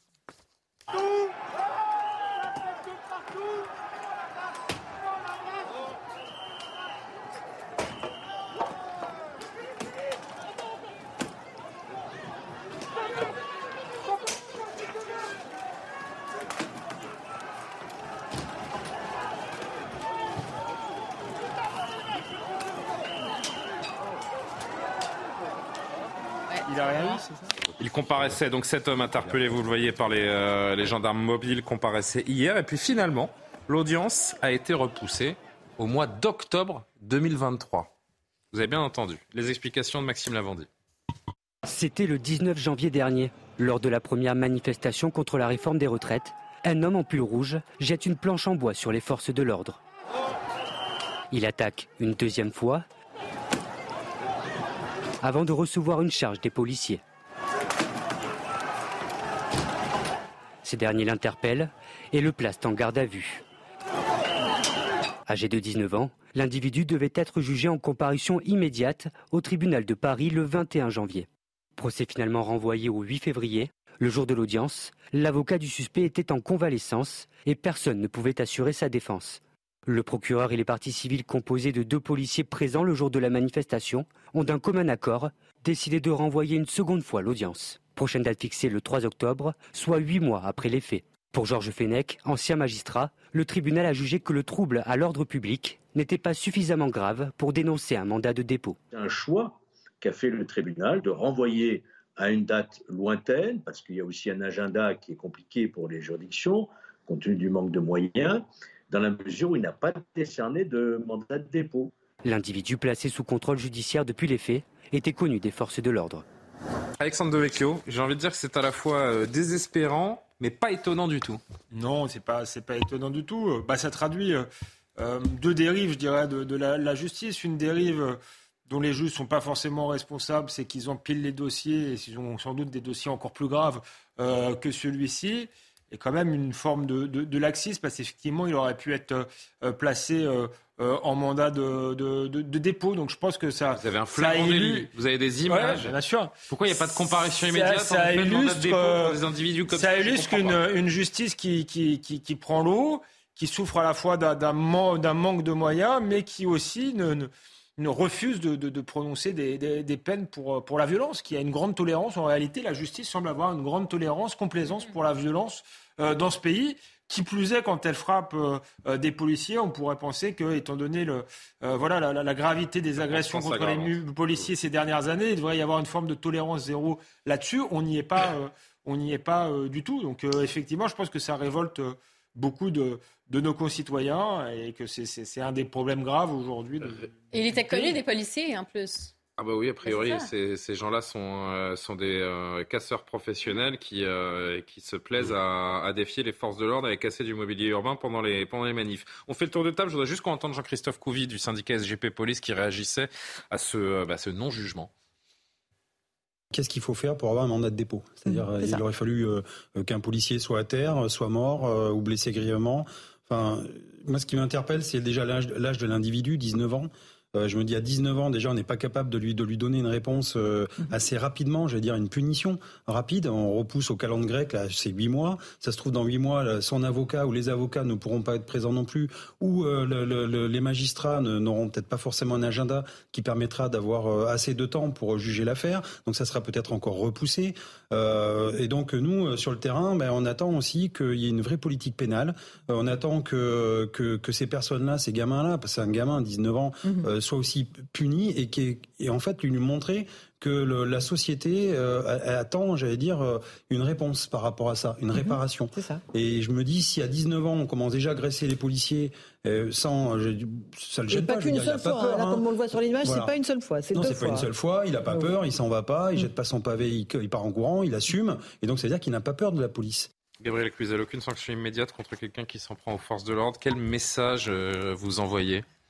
Il a rien eu, c'est ça ? Il comparaissait, donc cet homme interpellé, vous le voyez, par les gendarmes mobiles, comparaissait hier. Et puis finalement, l'audience a été repoussée au mois d'octobre 2023. Vous avez bien entendu. Les explications de Maxime Lavandy. C'était le 19 janvier dernier, lors de la première manifestation contre la réforme des retraites. Un homme en pull rouge jette une planche en bois sur les forces de l'ordre. Il attaque une deuxième fois avant de recevoir une charge des policiers. Ces derniers l'interpellent et le placent en garde à vue. Âgé de 19 ans, l'individu devait être jugé en comparution immédiate au tribunal de Paris le 21 janvier. Procès finalement renvoyé au 8 février. Le jour de l'audience, l'avocat du suspect était en convalescence et personne ne pouvait assurer sa défense. Le procureur et les parties civiles composées de 2 policiers présents le jour de la manifestation ont d'un commun accord décidé de renvoyer une seconde fois l'audience. Prochaine date fixée le 3 octobre, soit 8 mois après les faits. Pour Georges Fenech, ancien magistrat, le tribunal a jugé que le trouble à l'ordre public n'était pas suffisamment grave pour dénoncer un mandat de dépôt. C'est un choix qu'a fait le tribunal de renvoyer à une date lointaine, parce qu'il y a aussi un agenda qui est compliqué pour les juridictions, compte tenu du manque de moyens, dans la mesure où il n'a pas décerné de mandat de dépôt. L'individu placé sous contrôle judiciaire depuis les faits était connu des forces de l'ordre. Alexandre Devecchio, j'ai envie de dire que c'est à la fois désespérant, mais pas étonnant du tout. Non, c'est pas étonnant du tout. Ça traduit 2 dérives, je dirais, de la justice. Une dérive dont les juges ne sont pas forcément responsables, c'est qu'ils empilent les dossiers, et ils ont sans doute des dossiers encore plus graves que celui-ci. Et quand même une forme de laxisme, parce qu'effectivement, il aurait pu être placé en mandat de dépôt. Donc je pense que ça... Vous avez un flagrant délit, vous avez des images. Ouais, bien sûr. Pourquoi il n'y a pas de comparution immédiate ça illustre, mandat de dépôt pour des individus comme ça? Ça illustre une justice qui prend l'eau, qui souffre à la fois d'un manque de moyens, mais qui aussi ne refuse de prononcer des peines pour la violence, qui a une grande tolérance. En réalité, la justice semble avoir une grande tolérance, complaisance pour la violence dans ce pays. Qui plus est, quand elle frappe des policiers, on pourrait penser que, étant donné la gravité des agressions contre les policiers ces dernières années, il devrait y avoir une forme de tolérance zéro là-dessus. On n'y est pas du tout. Donc effectivement, je pense que ça révolte beaucoup de nos concitoyens et que c'est un des problèmes graves aujourd'hui. Et il était connu des policiers en plus. Ah bah oui, a priori, ces gens-là sont des casseurs professionnels qui se plaisent à défier les forces de l'ordre et à casser du mobilier urbain pendant les manifs. On fait le tour de table. Je voudrais juste qu'on entende Jean-Christophe Couvi du syndicat SGP Police qui réagissait à ce non-jugement. Qu'est-ce qu'il faut faire pour avoir un mandat de dépôt ? C'est-à-dire, il aurait fallu qu'un policier soit à terre, soit mort ou blessé grièvement. Enfin, moi, ce qui m'interpelle, c'est déjà l'âge de l'individu, 19 ans. Je me dis, à 19 ans, déjà, on n'est pas capable de lui donner une réponse assez rapidement, j'allais dire une punition rapide. On repousse au calendrier grec, là, c'est 8 mois. Ça se trouve, dans 8 mois, son avocat ou les avocats ne pourront pas être présents non plus, ou les magistrats n'auront peut-être pas forcément un agenda qui permettra d'avoir assez de temps pour juger l'affaire. Donc ça sera peut-être encore repoussé. Et donc, nous, sur le terrain, on attend aussi qu'il y ait une vraie politique pénale. On attend que ces personnes-là, ces gamins-là, parce que c'est un gamin, 19 ans, soit aussi puni et en fait lui montrer que la société attend, j'allais dire, une réponse par rapport à ça, une réparation. C'est ça. Et je me dis, si à 19 ans on commence déjà à agresser les policiers ça le gêne pas. Pas qu'une seule fois. Peur, là, comme on le voit sur l'image, voilà. C'est pas une seule fois. C'est 2 fois. Non, c'est pas une seule fois. Il a pas peur, il s'en va pas, il jette pas son pavé, il part en courant, il assume. Et donc, ça veut dire qu'il n'a pas peur de la police. Gabriel Cluzel, aucune sanction immédiate contre quelqu'un qui s'en prend aux forces de l'ordre. Quel message vous envoyez ?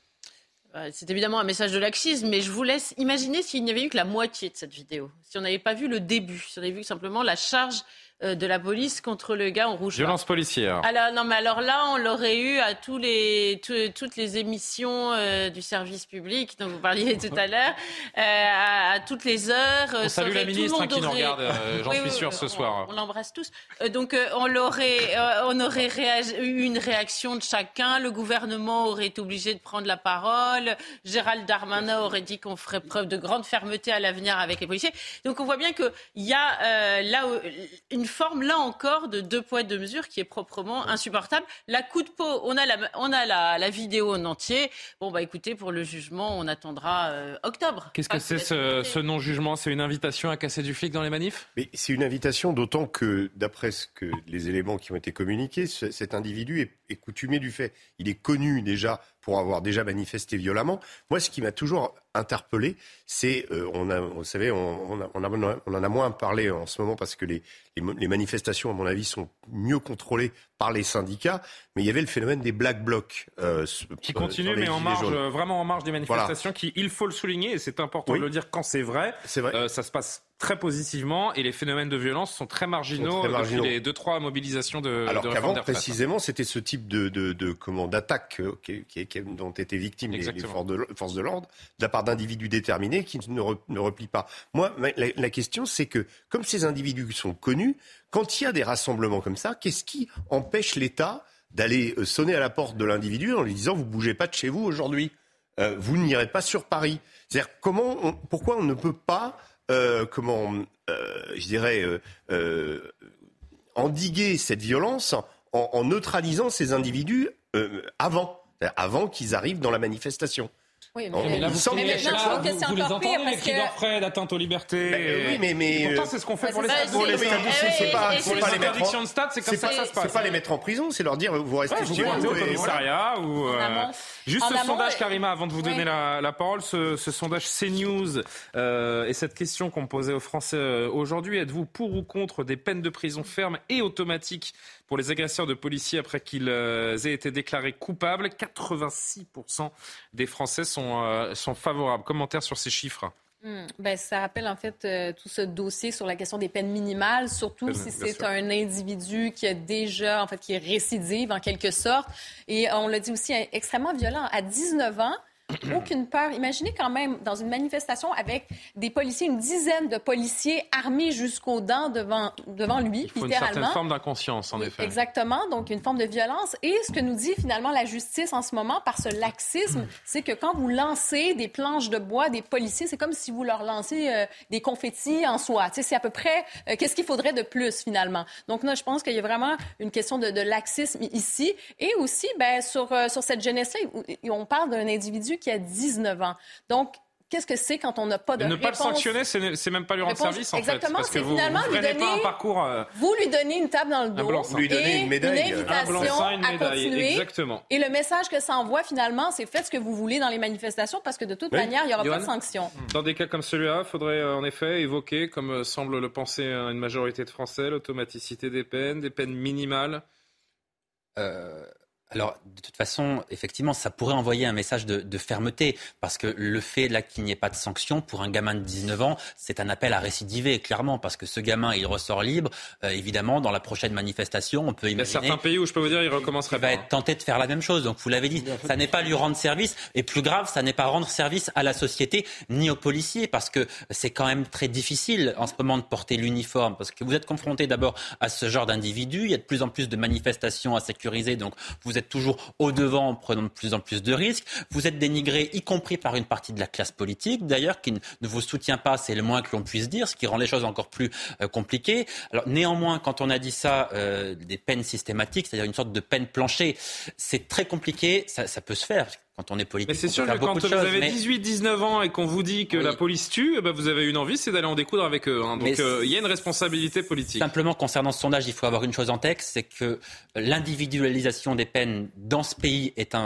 C'est évidemment un message de laxisme, mais je vous laisse imaginer s'il n'y avait eu que la moitié de cette vidéo. Si on n'avait pas vu le début, si on avait vu simplement la charge de la police contre le gars en rouge. Violence policière. Alors là, on l'aurait eu à toutes les émissions du service public dont vous parliez tout à l'heure, à toutes les heures. On salue la ministre qui nous regarde, j'en suis sûr, ce soir. On l'embrasse tous. Donc on aurait eu une réaction de chacun. Le gouvernement aurait été obligé de prendre la parole. Gérald Darmanin aurait dit qu'on ferait preuve de grande fermeté à l'avenir avec les policiers. Donc on voit bien qu'il y a là une forme, là encore, de 2 poids 2 mesures qui est proprement insupportable. La coup de peau, on a la vidéo en entier. Bon, écoutez, pour le jugement, on attendra octobre. Qu'est-ce que c'est ce non-jugement ? C'est une invitation à casser du flic dans les manifs ? Mais c'est une invitation, d'autant que, d'après les éléments qui ont été communiqués, cet individu est coutumier du fait. Il est connu déjà pour avoir déjà manifesté violemment. Moi, ce qui m'a toujours interpellé, c'est, vous savez, on en a moins parlé en ce moment parce que les manifestations, à mon avis, sont mieux contrôlées par les syndicats, mais il y avait le phénomène des Black Blocs. Qui continue, mais vraiment en marge des manifestations, voilà. Qui, il faut le souligner, et c'est important de le dire quand c'est vrai. Ça se passe très positivement, et les phénomènes de violence sont très marginaux depuis les 2-3 mobilisations de alors réforme qu'avant, des retraites. Précisément, c'était ce type d'attaque dont étaient victimes les forces de l'ordre, de la part d'individus déterminés qui ne replient pas. Moi, la question, c'est que, comme ces individus sont connus, quand il y a des rassemblements comme ça, qu'est-ce qui empêche l'État d'aller sonner à la porte de l'individu en lui disant « vous bougez pas de chez vous aujourd'hui, vous n'irez pas sur Paris ». C'est-à-dire, pourquoi on ne peut pas, endiguer cette violence en neutralisant ces individus avant qu'ils arrivent dans la manifestation. Oui, mais là, vous les entendez, les cris d'orfraie, d'atteinte aux libertés. Mais pourtant, c'est ce qu'on fait pour les stades. Pour les interdictions de stade, c'est comme ça que ça se passe. C'est pas les mettre en prison, c'est leur dire vous restez chez vous. Au commissariat ou juste ce sondage, Karima, avant de vous donner la parole, ce sondage CNews et cette question qu'on posait aux Français aujourd'hui, êtes-vous pour ou contre des peines de prison fermes et automatiques pour les agresseurs de policiers après qu'ils aient été déclarés coupables? 86% des Français sont favorables. Commentaire sur ces chiffres. Ça rappelle en fait tout ce dossier sur la question des peines minimales, surtout si c'est un individu qui a déjà, qui est récidive en quelque sorte. Et on l'a dit aussi, extrêmement violent. À 19 ans, aucune peur. Imaginez quand même dans une manifestation avec des policiers, une dizaine de policiers armés jusqu'aux dents devant lui, littéralement. Il faut littéralement. une certaine forme d'inconscience, en effet. Exactement, donc une forme de violence. Et ce que nous dit finalement la justice en ce moment par ce laxisme, c'est que quand vous lancez des planches de bois des policiers, c'est comme si vous leur lancez des confettis en soie. C'est à peu près qu'est-ce qu'il faudrait de plus finalement. Donc là, je pense qu'il y a vraiment une question de laxisme ici. Et aussi, sur cette jeunesse-là, on parle d'un individu qui a 19 ans. Donc, qu'est-ce que c'est quand on n'a pas de réponse? Ne pas le sanctionner, c'est même pas lui rendre service, en fait. Exactement, parce que c'est finalement vous freinez pas un parcours... Vous lui donnez une tape dans le dos. Vous lui donnez une médaille. Une invitation à continuer. Exactement. Et le message que ça envoie, finalement, c'est faites ce que vous voulez dans les manifestations, parce que de toute manière, il n'y aura pas de sanctions. Dans des cas comme celui-là, il faudrait en effet évoquer, comme semble le penser une majorité de Français, l'automaticité des peines minimales. Alors, de toute façon, effectivement, ça pourrait envoyer un message de fermeté, parce que le fait là qu'il n'y ait pas de sanction pour un gamin de 19 ans, c'est un appel à récidiver, clairement, parce que ce gamin, il ressort libre. Évidemment, dans la prochaine manifestation, on peut imaginer... Il y a certains pays où je peux vous dire, il recommencerait pas. Il va être tenté de faire la même chose. Donc, vous l'avez dit, ça n'est pas lui rendre service, et plus grave, ça n'est pas rendre service à la société ni aux policiers, parce que c'est quand même très difficile en ce moment de porter l'uniforme, parce que vous êtes confronté d'abord à ce genre d'individus. Il y a de plus en plus de manifestations à sécuriser, donc vous êtes toujours au-devant en prenant de plus en plus de risques. Vous êtes dénigré, y compris par une partie de la classe politique, d'ailleurs, qui ne vous soutient pas, c'est le moins que l'on puisse dire, ce qui rend les choses encore plus compliquées. Alors, néanmoins, quand on a dit ça, des peines systématiques, c'est-à-dire une sorte de peine plancher, c'est très compliqué, ça peut se faire. Quand on est politique, mais c'est sûr que quand vous avez 18-19 ans et qu'on vous dit que la police tue, vous avez une envie, c'est d'aller en découdre avec eux. Donc il y a une responsabilité politique. Simplement, concernant ce sondage, il faut avoir une chose en tête, c'est que l'individualisation des peines dans ce pays est un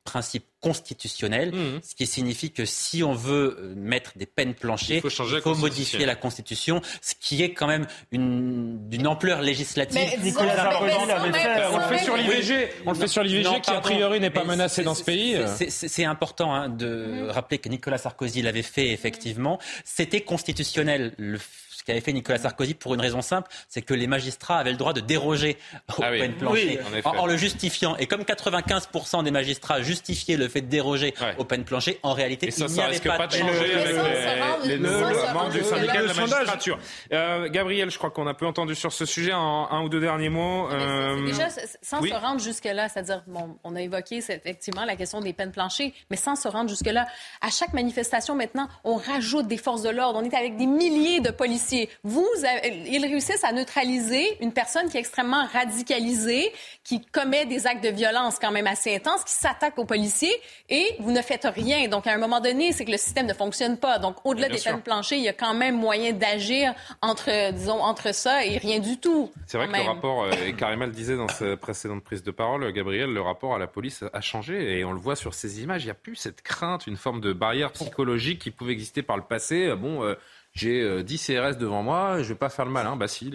principe constitutionnel, ce qui signifie que si on veut mettre des peines planchées, il faut modifier la Constitution, ce qui est quand même d'une ampleur législative. Mais Nicolas Sarkozy l'avait fait. On le fait sur l'IVG qui a priori n'est pas menacé dans ce pays. C'est important de rappeler que Nicolas Sarkozy l'avait fait effectivement. C'était constitutionnel. Ce qu'avait fait Nicolas Sarkozy pour une raison simple, c'est que les magistrats avaient le droit de déroger aux peines planchées en le justifiant. Et comme 95% des magistrats justifiaient le fait de déroger aux peines planchées, en réalité, il n'y avait pas de changer avec les membres du syndicat de la magistrature. Gabriel, je crois qu'on a peu entendu sur ce sujet. Un ou deux derniers mots. Déjà, sans se rendre jusque-là, c'est-à-dire, on a évoqué effectivement la question des peines planchées, mais sans se rendre jusque-là, à chaque manifestation maintenant, on rajoute des forces de l'ordre. On est avec des milliers de policiers. Ils réussissent à neutraliser une personne qui est extrêmement radicalisée, qui commet des actes de violence quand même assez intenses, qui s'attaque aux policiers, et vous ne faites rien. Donc, à un moment donné, c'est que le système ne fonctionne pas. Donc, au-delà des peines planchées, il y a quand même moyen d'agir entre ça et rien du tout. C'est vrai que le rapport, et Karima le disait dans sa précédente prise de parole, Gabriel, le rapport à la police a changé, et on le voit sur ces images. Il n'y a plus cette crainte, une forme de barrière psychologique qui pouvait exister par le passé. J'ai 10 CRS devant moi, je ne vais pas faire le malin. Bah si,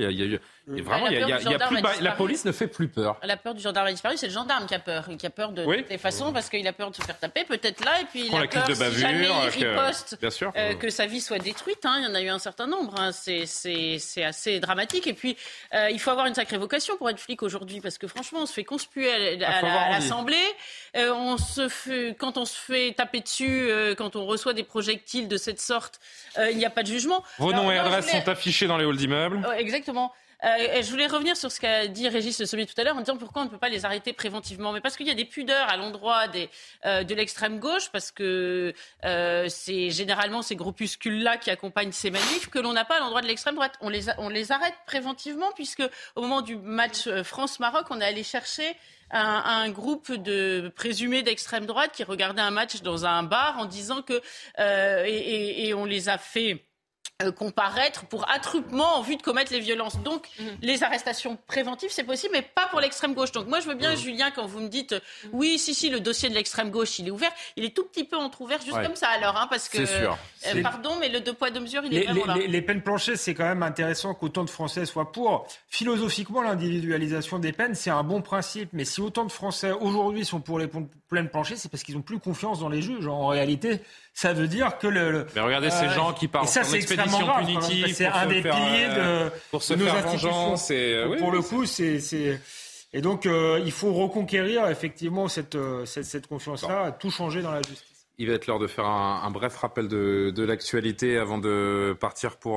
la police ne fait plus peur. La peur du gendarme a disparu, c'est le gendarme qui a peur. Il a peur de toutes les façons parce qu'il a peur de se faire taper, peut-être là, et puis il a peur si jamais il riposte que sa vie soit détruite. Il y en a eu un certain nombre. C'est assez dramatique. Et puis, il faut avoir une sacrée vocation pour être flic aujourd'hui parce que franchement, on se fait conspuer à l'Assemblée. Quand on se fait taper dessus, quand on reçoit des projectiles de cette sorte, il n'y a pas de jugement. Vos noms et adresses sont affichés dans les halls d'immeubles. Exactement. Je voulais revenir sur ce qu'a dit Régis Le Sommier tout à l'heure en disant pourquoi on ne peut pas les arrêter préventivement. Mais parce qu'il y a des pudeurs à l'endroit de l'extrême gauche, parce que c'est généralement ces groupuscules-là qui accompagnent ces manifs que l'on n'a pas à l'endroit de l'extrême droite. On les arrête préventivement puisque au moment du match France-Maroc, on est allé chercher un groupe de présumés d'extrême droite qui regardaient un match dans un bar en disant que et on les a fait comparaître pour attroupement en vue de commettre les violences. Donc, les arrestations préventives, c'est possible, mais pas pour l'extrême gauche. Donc, moi, je veux bien, Julien, quand vous me dites oui, si, le dossier de l'extrême gauche, il est ouvert, il est tout petit peu entrouvert, juste comme ça, alors, parce que, pardon, mais le deux poids, deux mesures, il est vraiment là. Les peines planchées, c'est quand même intéressant qu'autant de Français soient pour. Philosophiquement, l'individualisation des peines, c'est un bon principe, mais si autant de Français, aujourd'hui, sont pour les peines planchées, c'est parce qu'ils n'ont plus confiance dans les juges. En réalité, ça veut dire que Mais regardez ces gens qui partent en expédition punitive, c'est un des piliers de nos institutions. Pour le coup, et donc il faut reconquérir effectivement cette confiance-là, tout changer dans la justice. Il va être l'heure de faire un bref rappel de l'actualité avant de partir pour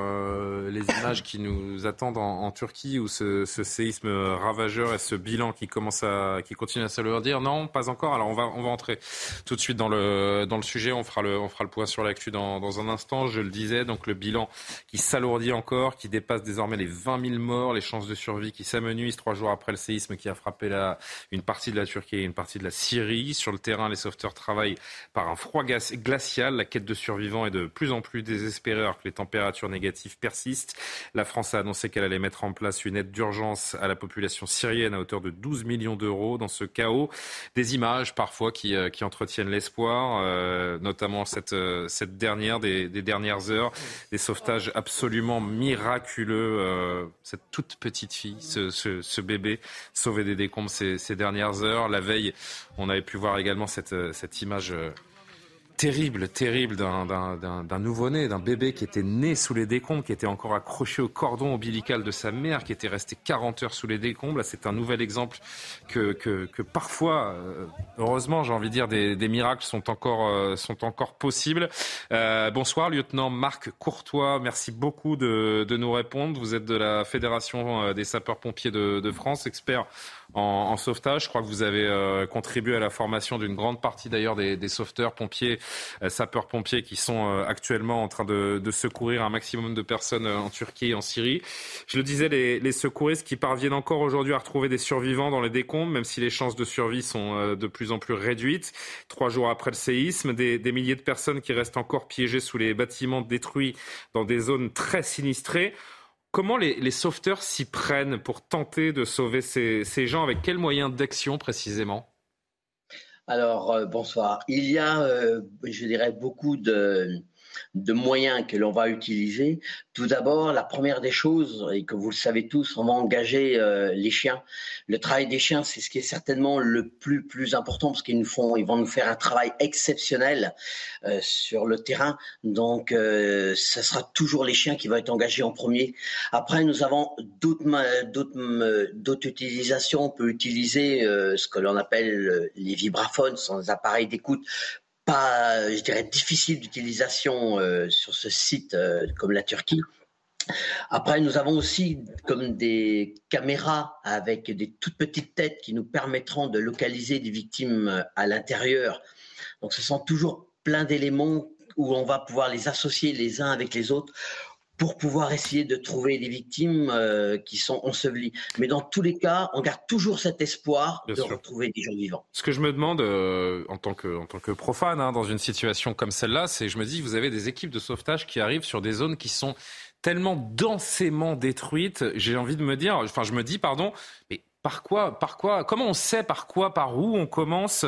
les images qui nous attendent en Turquie où ce séisme ravageur et ce bilan qui continue à s'alourdir. Non, pas encore. Alors on va entrer tout de suite dans le sujet. On fera le point sur l'actu dans un instant. Je le disais, donc le bilan qui s'alourdit encore, qui dépasse désormais les 20 000 morts, les chances de survie qui s'amenuisent 3 jours après le séisme qui a frappé une partie de la Turquie et une partie de la Syrie. Sur le terrain, les sauveteurs travaillent par un froid glacial. La quête de survivants est de plus en plus désespérée alors que les températures négatives persistent. La France a annoncé qu'elle allait mettre en place une aide d'urgence à la population syrienne à hauteur de 12 millions d'euros dans ce chaos. Des images parfois qui entretiennent l'espoir, notamment cette dernière des dernières heures. Des sauvetages absolument miraculeux. Cette toute petite fille, ce bébé sauvé des décombres ces dernières heures. La veille, on avait pu voir également cette image terrible d'un nouveau-né, d'un bébé qui était né sous les décombres, qui était encore accroché au cordon ombilical de sa mère, qui était resté 40 heures sous les décombres. Là, c'est un nouvel exemple que parfois, heureusement, j'ai envie de dire, des miracles sont encore possibles. Bonsoir, lieutenant Marc Courtois. Merci beaucoup de nous répondre. Vous êtes de la Fédération des sapeurs-pompiers de France, expert en sauvetage. Je crois que vous avez contribué à la formation d'une grande partie d'ailleurs des sauveteurs, pompiers, sapeurs-pompiers qui sont actuellement en train de secourir un maximum de personnes en Turquie et en Syrie. Je le disais, les secouristes qui parviennent encore aujourd'hui à retrouver des survivants dans les décombres, même si les chances de survie sont de plus en plus réduites. 3 jours après le séisme, des milliers de personnes qui restent encore piégées sous les bâtiments détruits dans des zones très sinistrées. Comment les sauveteurs s'y prennent pour tenter de sauver ces gens? Avec quels moyens d'action précisément? Alors, bonsoir. Il y a, je dirais, beaucoup de moyens que l'on va utiliser. Tout d'abord, la première des choses, et que vous le savez tous, on va engager les chiens. Le travail des chiens, c'est ce qui est certainement le plus important, parce ils vont nous faire un travail exceptionnel sur le terrain. Donc, ce sera toujours les chiens qui vont être engagés en premier. Après, nous avons d'autres utilisations. On peut utiliser ce que l'on appelle les vibraphones, sont des appareils d'écoute pas, je dirais, difficile d'utilisation sur ce site comme la Turquie. Après, nous avons aussi comme des caméras avec des toutes petites têtes qui nous permettront de localiser des victimes à l'intérieur. Donc, ce sont toujours plein d'éléments où on va pouvoir les associer les uns avec les autres pour pouvoir essayer de trouver des victimes qui sont ensevelies. Mais dans tous les cas, on garde toujours cet espoir de retrouver des gens vivants. Ce que je me demande, en tant que profane, dans une situation comme celle-là, c'est je me dis, vous avez des équipes de sauvetage qui arrivent sur des zones qui sont tellement densément détruites. J'ai envie de me dire, mais par quoi, comment on sait par où on commence,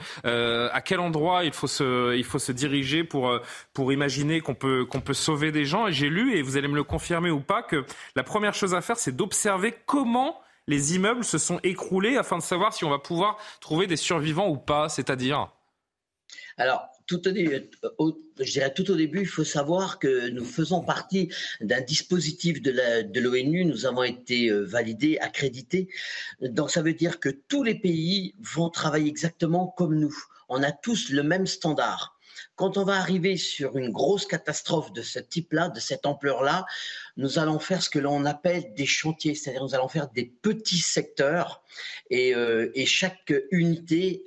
à quel endroit il faut se diriger pour imaginer qu'on peut sauver des gens. Et j'ai lu, et vous allez me le confirmer ou pas, que la première chose à faire, c'est d'observer comment les immeubles se sont écroulés afin de savoir si on va pouvoir trouver des survivants ou pas, c'est-à-dire. Alors, tout au début, il faut savoir que nous faisons partie d'un dispositif de l'ONU. Nous avons été validés, accrédités. Donc, ça veut dire que tous les pays vont travailler exactement comme nous. On a tous le même standard. Quand on va arriver sur une grosse catastrophe de ce type-là, de cette ampleur-là, nous allons faire ce que l'on appelle des chantiers, c'est-à-dire nous allons faire des petits secteurs et chaque unité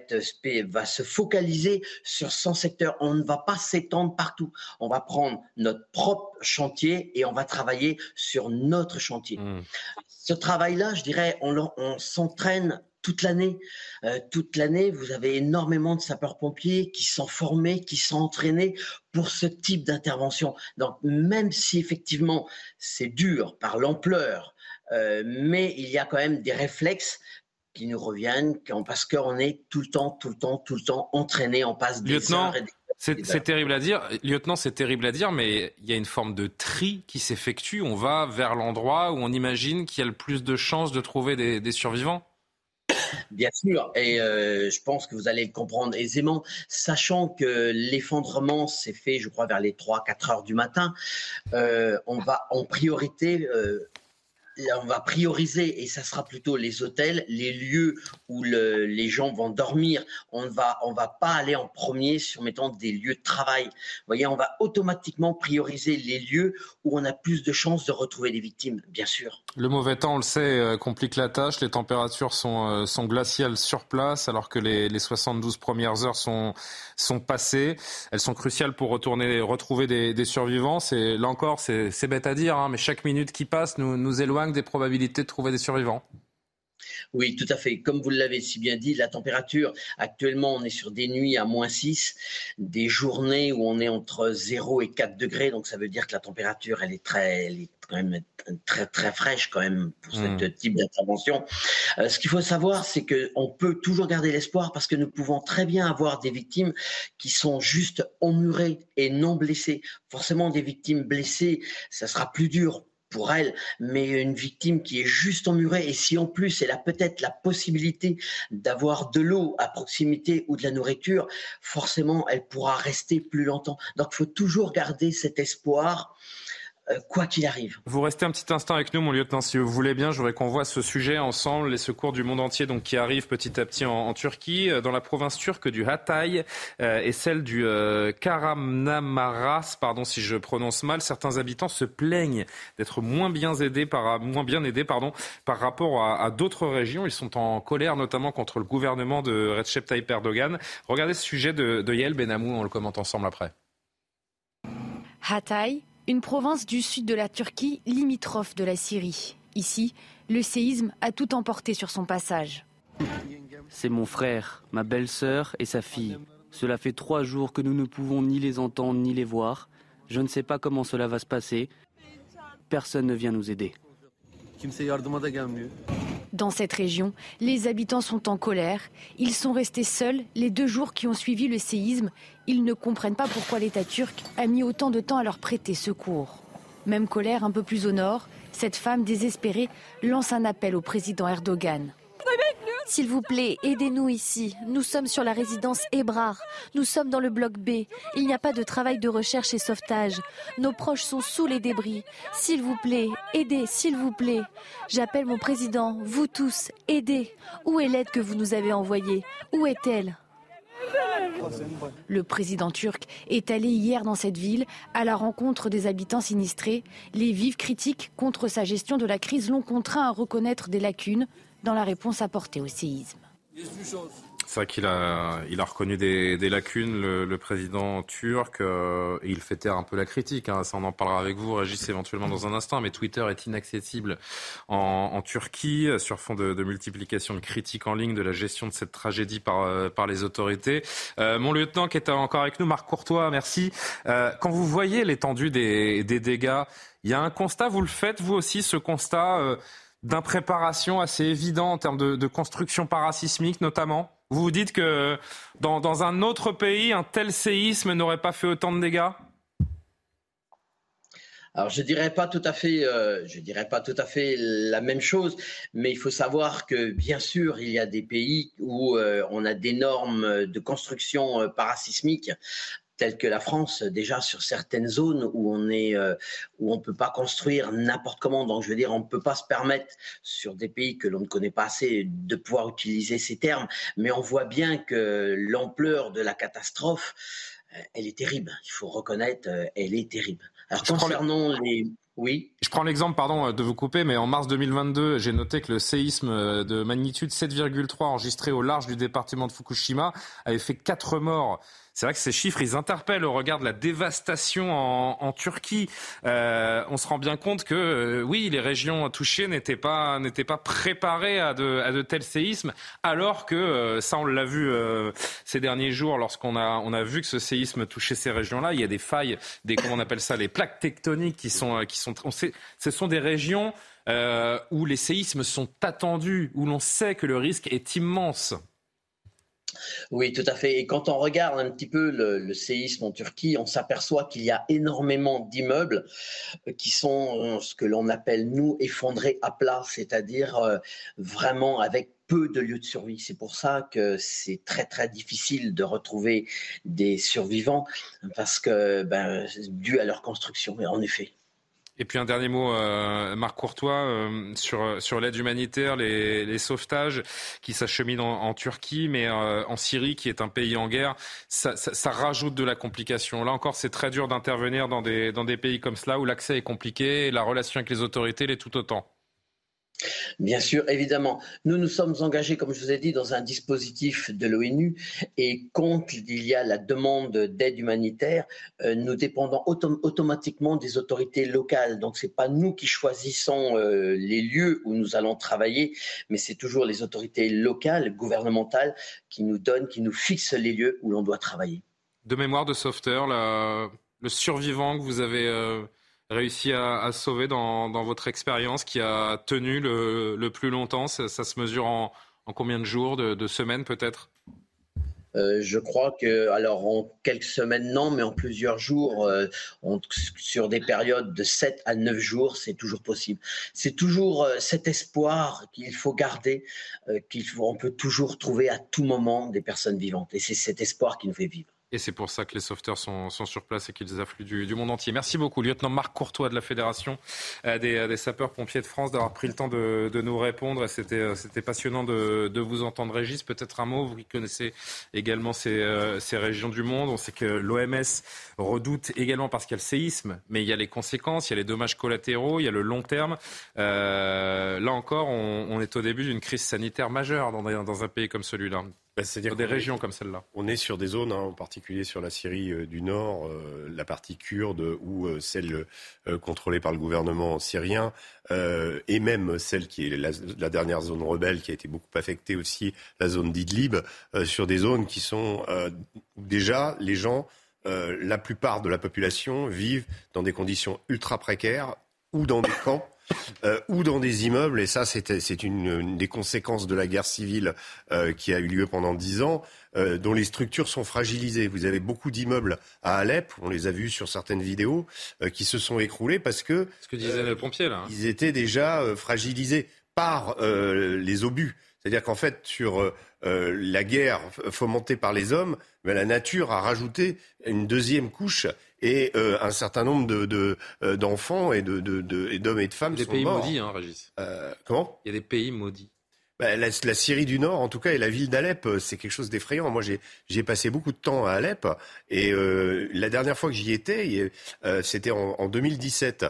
va se focaliser sur son secteur. On ne va pas s'étendre partout. On va prendre notre propre chantier et on va travailler sur notre chantier. Ce travail-là, je dirais, on s'entraîne toute l'année. Toute l'année, vous avez énormément de sapeurs-pompiers qui sont formés, qui sont entraînés pour ce type d'intervention. Donc, même si effectivement c'est dur par l'ampleur, mais il y a quand même des réflexes qui nous reviennent parce qu'on est tout le temps entraîné. On passe des heures et des c'est terrible à dire, lieutenant, c'est terrible à dire, mais il y a une forme de tri qui s'effectue. On va vers l'endroit où on imagine qu'il y a le plus de chances de trouver des survivants. Bien sûr, et je pense que vous allez le comprendre aisément, sachant que l'effondrement s'est fait, je crois, vers les 3-4 heures du matin. On va en priorité... on va prioriser, et ça sera plutôt les hôtels, les lieux où les gens vont dormir. On va pas aller en premier sur, mettons, des lieux de travail. Vous voyez, on va automatiquement prioriser les lieux où on a plus de chances de retrouver des victimes, bien sûr. Le mauvais temps, on le sait, complique la tâche. Les températures sont glaciales sur place, alors que les 72 premières heures sont passées. Elles sont cruciales pour retrouver des survivants. Là encore, c'est bête à dire, mais chaque minute qui passe nous éloigne des probabilités de trouver des survivants. Oui, tout à fait. Comme vous l'avez si bien dit, la température, actuellement, on est sur des nuits à -6, des journées où on est entre 0 et 4 degrés. Donc, ça veelle dire que la température, elle est quand même très, très fraîche quand même pour ce type d'intervention. Ce qu'il faut savoir, c'est qu'on peut toujours garder l'espoir parce que nous pouvons très bien avoir des victimes qui sont juste emmurées et non blessées. Forcément, des victimes blessées, ça sera plus dur pour elle, mais une victime qui est juste emmurée, et si en plus elle a peut-être la possibilité d'avoir de l'eau à proximité ou de la nourriture, forcément elle pourra rester plus longtemps. Donc il faut toujours garder cet espoir, quoi qu'il arrive. Vous restez un petit instant avec nous, mon lieutenant, si vous voulez bien. Je voudrais qu'on voit ce sujet ensemble, les secours du monde entier donc, qui arrivent petit à petit en Turquie, dans la province turque du Hatay et celle du Kahramanmaraş, si je prononce mal. Certains habitants se plaignent d'être moins bien aidés par rapport à d'autres régions. Ils sont en colère notamment contre le gouvernement de Recep Tayyip Erdogan. Regardez ce sujet de Yael Benamou, on le commente ensemble après. Hatay, une province du sud de la Turquie, limitrophe de la Syrie. Ici, le séisme a tout emporté sur son passage. C'est mon frère, ma belle-sœur et sa fille. Cela fait 3 jours que nous ne pouvons ni les entendre ni les voir. Je ne sais pas comment cela va se passer. Personne ne vient nous aider. Dans cette région, les habitants sont en colère. Ils sont restés seuls les 2 jours qui ont suivi le séisme. Ils ne comprennent pas pourquoi l'État turc a mis autant de temps à leur prêter secours. Même colère un peu plus au nord, cette femme désespérée lance un appel au président Erdogan. S'il vous plaît, aidez-nous ici. Nous sommes sur la résidence Ebrar. Nous sommes dans le bloc B. Il n'y a pas de travail de recherche et sauvetage. Nos proches sont sous les débris. S'il vous plaît, aidez, s'il vous plaît. J'appelle mon président, vous tous, aidez. Où est l'aide que vous nous avez envoyée? Où est-elle? Le président turc est allé hier dans cette ville à la rencontre des habitants sinistrés. Les vives critiques contre sa gestion de la crise l'ont contraint à reconnaître des lacunes dans la réponse apportée au séisme. C'est vrai qu'il a reconnu des lacunes, le président turc, et il fait taire un peu la critique. Ça, on en parlera avec vous, Régis, éventuellement dans un instant. Mais Twitter est inaccessible en Turquie, sur fond de multiplication de critiques en ligne de la gestion de cette tragédie par les autorités. Mon lieutenant qui est encore avec nous, Marc Courtois, merci. Quand vous voyez l'étendue des dégâts, il y a un constat, vous le faites, vous aussi, ce constat d'impréparation assez évident en termes de construction parasismique notamment? Vous vous dites que dans un autre pays, un tel séisme n'aurait pas fait autant de dégâts? Alors je dirais pas tout à fait la même chose, mais il faut savoir que bien sûr il y a des pays où on a des normes de construction parasismique, telles que la France, déjà sur certaines zones où on peut pas construire n'importe comment. Donc je veux dire, on ne peut pas se permettre, sur des pays que l'on ne connaît pas assez, de pouvoir utiliser ces termes. Mais on voit bien que l'ampleur de la catastrophe, elle est terrible. Il faut reconnaître, elle est terrible. Alors concernant les... Oui. Je prends l'exemple, pardon de vous couper, mais en mars 2022, j'ai noté que le séisme de magnitude 7,3 enregistré au large du département de Fukushima avait fait 4 morts. C'est vrai que ces chiffres, ils interpellent au regard de la dévastation en Turquie. On se rend bien compte que, oui, les régions touchées n'étaient pas préparées à de tels séismes, alors que, ça on l'a vu ces derniers jours, lorsqu'on a vu que ce séisme touchait ces régions-là, il y a des failles, comment on appelle ça, les plaques tectoniques qui sont ce sont des régions où les séismes sont attendus, où l'on sait que le risque est immense. Oui, tout à fait. Et quand on regarde un petit peu le séisme en Turquie, on s'aperçoit qu'il y a énormément d'immeubles qui sont ce que l'on appelle, nous, effondrés à plat, c'est-à-dire vraiment avec peu de lieux de survie. C'est pour ça que c'est très très difficile de retrouver des survivants, parce que dû à leur construction, en effet. Et puis un dernier mot, Marc Courtois, sur l'aide humanitaire, les sauvetages qui s'acheminent en Turquie, mais en Syrie, qui est un pays en guerre, ça rajoute de la complication. Là encore, c'est très dur d'intervenir dans des pays comme cela, où l'accès est compliqué et la relation avec les autorités l'est tout autant. Bien sûr, évidemment. Nous sommes engagés, comme je vous ai dit, dans un dispositif de l'ONU, et quand il y a la demande d'aide humanitaire, nous dépendons automatiquement des autorités locales. Donc ce n'est pas nous qui choisissons les lieux où nous allons travailler, mais c'est toujours les autorités locales, gouvernementales, qui nous fixent les lieux où l'on doit travailler. De mémoire de sauveteur, le survivant que vous avez réussi à sauver dans votre expérience, qui a tenu le plus longtemps, ça se mesure en combien de jours, de semaines peut-être? Je crois que, alors en quelques semaines non, mais en plusieurs jours, sur des périodes de 7 à 9 jours, c'est toujours possible. C'est toujours cet espoir qu'il faut garder, on peut toujours trouver à tout moment des personnes vivantes. Et c'est cet espoir qui nous fait vivre. Et c'est pour ça que les sauveteurs sont sur place et qu'ils affluent du monde entier. Merci beaucoup, lieutenant Marc Courtois de la Fédération des sapeurs-pompiers de France, d'avoir pris le temps de nous répondre. C'était passionnant de vous entendre, Régis. Peut-être un mot, vous qui connaissez également ces régions du monde. On sait que l'OMS redoute également, parce qu'il y a le séisme, mais il y a les conséquences, il y a les dommages collatéraux, il y a le long terme. Là encore, on est au début d'une crise sanitaire majeure dans un pays comme celui-là. C'est-à-dire des régions comme celle-là. On est sur des zones, en particulier sur la Syrie du Nord, la partie kurde ou celle contrôlée par le gouvernement syrien, et même celle qui est la dernière zone rebelle qui a été beaucoup affectée aussi, la zone d'Idlib, sur des zones qui sont déjà, les gens, la plupart de la population vivent dans des conditions ultra précaires ou dans des camps. ou dans des immeubles, et ça c'est une des conséquences de la guerre civile qui a eu lieu pendant 10 ans, dont les structures sont fragilisées. Vous avez beaucoup d'immeubles à Alep, on les a vus sur certaines vidéos, qui se sont écroulés parce que... Ce que disait le pompier, là. Ils étaient déjà fragilisés par les obus. C'est-à-dire qu'en fait, sur la guerre fomentée par les hommes, la nature a rajouté une deuxième couche et un certain nombre d'enfants et d'hommes et de femmes sont morts. Il y a des pays maudits, hein, Régis. Comment ? Il y a des pays maudits. La Syrie du Nord, en tout cas, et la ville d'Alep, c'est quelque chose d'effrayant. Moi, j'ai passé beaucoup de temps à Alep, et la dernière fois que j'y étais, c'était en 2017.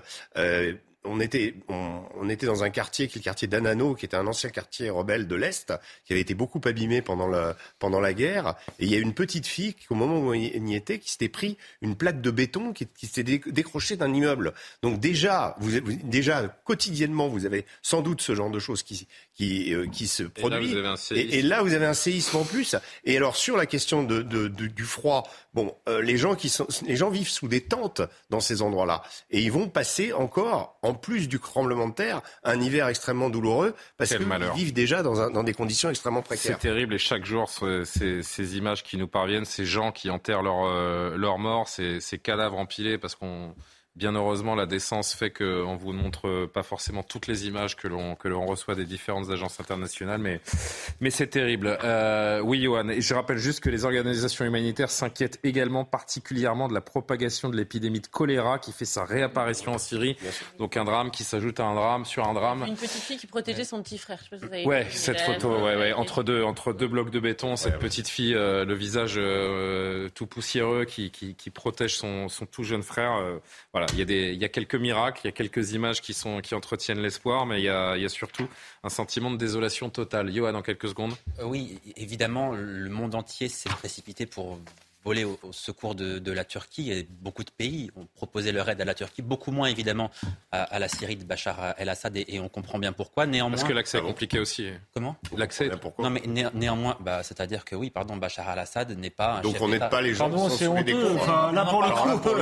On était dans un quartier qui est le quartier d'Anano, qui était un ancien quartier rebelle de l'Est, qui avait été beaucoup abîmé pendant la guerre. Et il y a une petite fille qui, au moment où on y était, qui s'était pris une plaque de béton qui s'était décrochée d'un immeuble. Donc déjà, quotidiennement, vous avez sans doute ce genre de choses qui se produit. Et là, vous avez un séisme en plus. Et alors, sur la question du froid, les gens vivent sous des tentes dans ces endroits-là. Et ils vont passer encore, en plus du tremblement de terre, un hiver extrêmement douloureux parce qu'ils vivent déjà dans des conditions extrêmement précaires. C'est terrible et chaque jour, ces images qui nous parviennent, ces gens qui enterrent leurs morts, ces cadavres empilés parce qu'on... Bien heureusement, la décence fait qu'on ne vous montre pas forcément toutes les images que l'on reçoit des différentes agences internationales, mais c'est terrible. Oui, Johan, et je rappelle juste que les organisations humanitaires s'inquiètent également particulièrement de la propagation de l'épidémie de choléra qui fait sa réapparition en Syrie. Donc un drame qui s'ajoute à un drame sur un drame. Une petite fille qui protégeait son petit frère. Je sais pas si vous avez vu cette photo, entre deux blocs de béton, cette petite fille, le visage tout poussiéreux qui protège son tout jeune frère. Voilà. Il y a quelques miracles, il y a quelques images qui entretiennent l'espoir, mais il y a surtout un sentiment de désolation totale. Johan, en quelques secondes. Oui, évidemment, le monde entier s'est précipité pour voler au secours de la Turquie. Et beaucoup de pays ont proposé leur aide à la Turquie, beaucoup moins évidemment à la Syrie de Bachar el-Assad, et on comprend bien pourquoi. Néanmoins, parce que l'accès est compliqué aussi. Comment ? L'accès. Non, mais néanmoins, c'est-à-dire que oui, Bachar el-Assad n'est pas un donc chef on d'État. n'aide pas les gens qui sont soumis des coups. Là pour le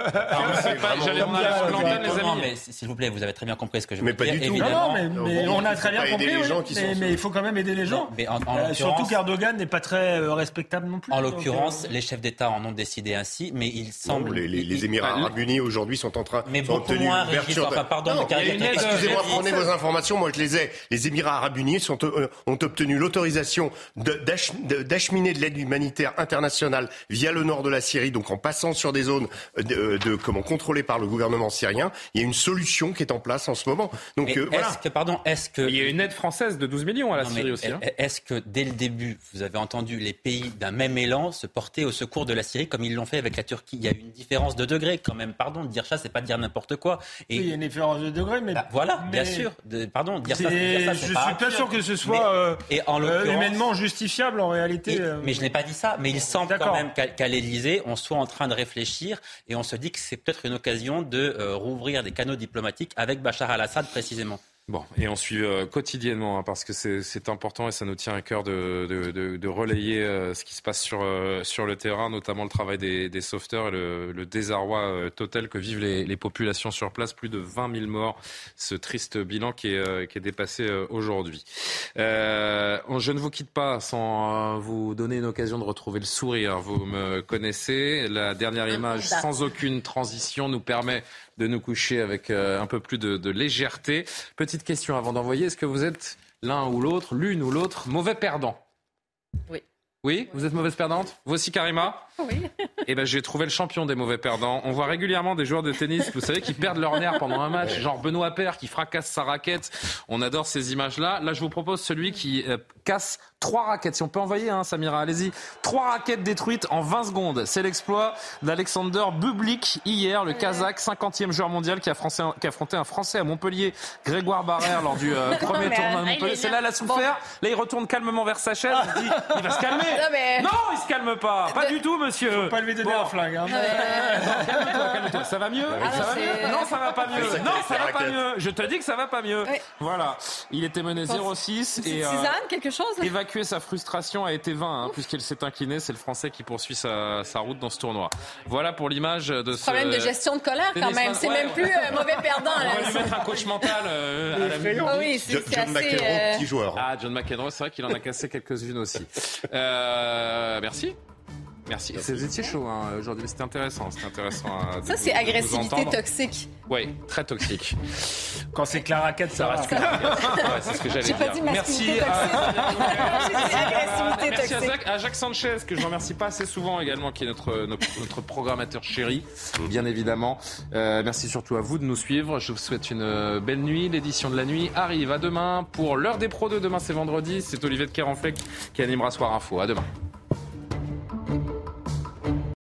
coup. Non, mais s'il vous plaît, vous avez très bien compris ce que je veux dire. Mais pas du tout. Non, mais on a très bien compris. Mais il faut quand même aider les gens. Surtout qu'Erdogan n'est pas très respectable non plus. En l'occurrence, les chefs d'État en ont décidé ainsi, mais il semble... Les Émirats Arabes Unis aujourd'hui sont en train... Mais beaucoup moins, Régis, excusez-moi, prenez vos informations, moi je les ai. Les Émirats Arabes Unis ont obtenu l'autorisation d'acheminer de l'aide humanitaire internationale via le nord de la Syrie, donc en passant sur des zones contrôlées par le gouvernement syrien. Il y a une solution qui est en place en ce moment. Donc est-ce que... Il y a une aide française de 12 millions à la Syrie aussi. Est-ce que dès le début, vous avez entendu les pays d'un même élan se porter au secours de la Syrie comme ils l'ont fait avec la Turquie? Il y a une différence de degré quand même. Pardon, de dire ça, c'est pas dire n'importe quoi. Et... il y a une différence de degré, mais... bien sûr. Dire ça, je suis pas sûr que ce soit humainement justifiable en réalité. Mais je n'ai pas dit ça. Mais il semble quand même qu'à l'Élysée, on soit en train de réfléchir et on se dit que c'est peut-être une occasion de rouvrir des canaux diplomatiques avec Bachar el-Assad précisément. Bon, et on suit quotidiennement, parce que c'est important et ça nous tient à cœur de relayer ce qui se passe sur le terrain, notamment le travail des sauveteurs et le désarroi total que vivent les populations sur place. Plus de 20 000 morts, ce triste bilan qui est dépassé aujourd'hui. Je ne vous quitte pas sans vous donner une occasion de retrouver le sourire. Vous me connaissez. La dernière image, sans aucune transition, nous permet de nous coucher avec un peu plus de légèreté. Petite question avant d'envoyer, est-ce que vous êtes l'un ou l'autre, l'une ou l'autre, mauvais perdant ? Oui. Oui, vous êtes mauvaise perdante ? Vous aussi, Karima ? Oui. Eh ben, j'ai trouvé le champion des mauvais perdants. On voit régulièrement des joueurs de tennis, vous savez, qui perdent leur nerf pendant un match, genre Benoît Paire qui fracasse sa raquette. On adore ces images-là. Là, je vous propose celui qui casse 3 raquettes. Si on peut envoyer, Samira, allez-y. 3 raquettes détruites en 20 secondes. C'est l'exploit d'Alexander Bublik hier, le Kazakh, 50e joueur mondial qui a affronté un Français à Montpellier, Grégoire Barrère, lors du premier tournoi de Montpellier. C'est là, il a souffert. Là, il retourne calmement vers sa chaise. Il se dit, il va se calmer. Non, il se calme pas. Pas du tout, monsieur. monsieur. Faut pas lui donner un flingue. Hein. Calme-toi. Ça va mieux? Non, ça va pas mieux. Non, ça va pas mieux. Je te dis que ça va pas mieux. Oui. Voilà. Il était mené 0-6 et tisane, quelque chose. Évacuer sa frustration a été vain puisqu'il s'est incliné. C'est le Français qui poursuit sa route dans ce tournoi. Voilà pour l'image de ce problème de gestion de colère quand même. C'est même plus mauvais perdant. On va lui mettre un coach mental à la maison. Oui, c'est John assez. McEnroe, petit joueur. Ah, John McEnroe, c'est vrai qu'il en a cassé quelques-unes aussi. Merci. Vous étiez chaud aujourd'hui, mais c'était intéressant. Ça, c'est agressivité toxique. Oui, très toxique. Quand c'est que la raquette, ça reste. C'est ce que j'allais dire. Pas dit merci à Jacques Sanchez, que je ne remercie pas assez souvent également, qui est notre programmateur chéri, bien évidemment. Merci surtout à vous de nous suivre. Je vous souhaite une belle nuit. L'édition de la nuit arrive. À demain pour l'heure des Pro 2. Demain, c'est vendredi. C'est Olivier de Kerenfleck qui animera Soir Info. À demain.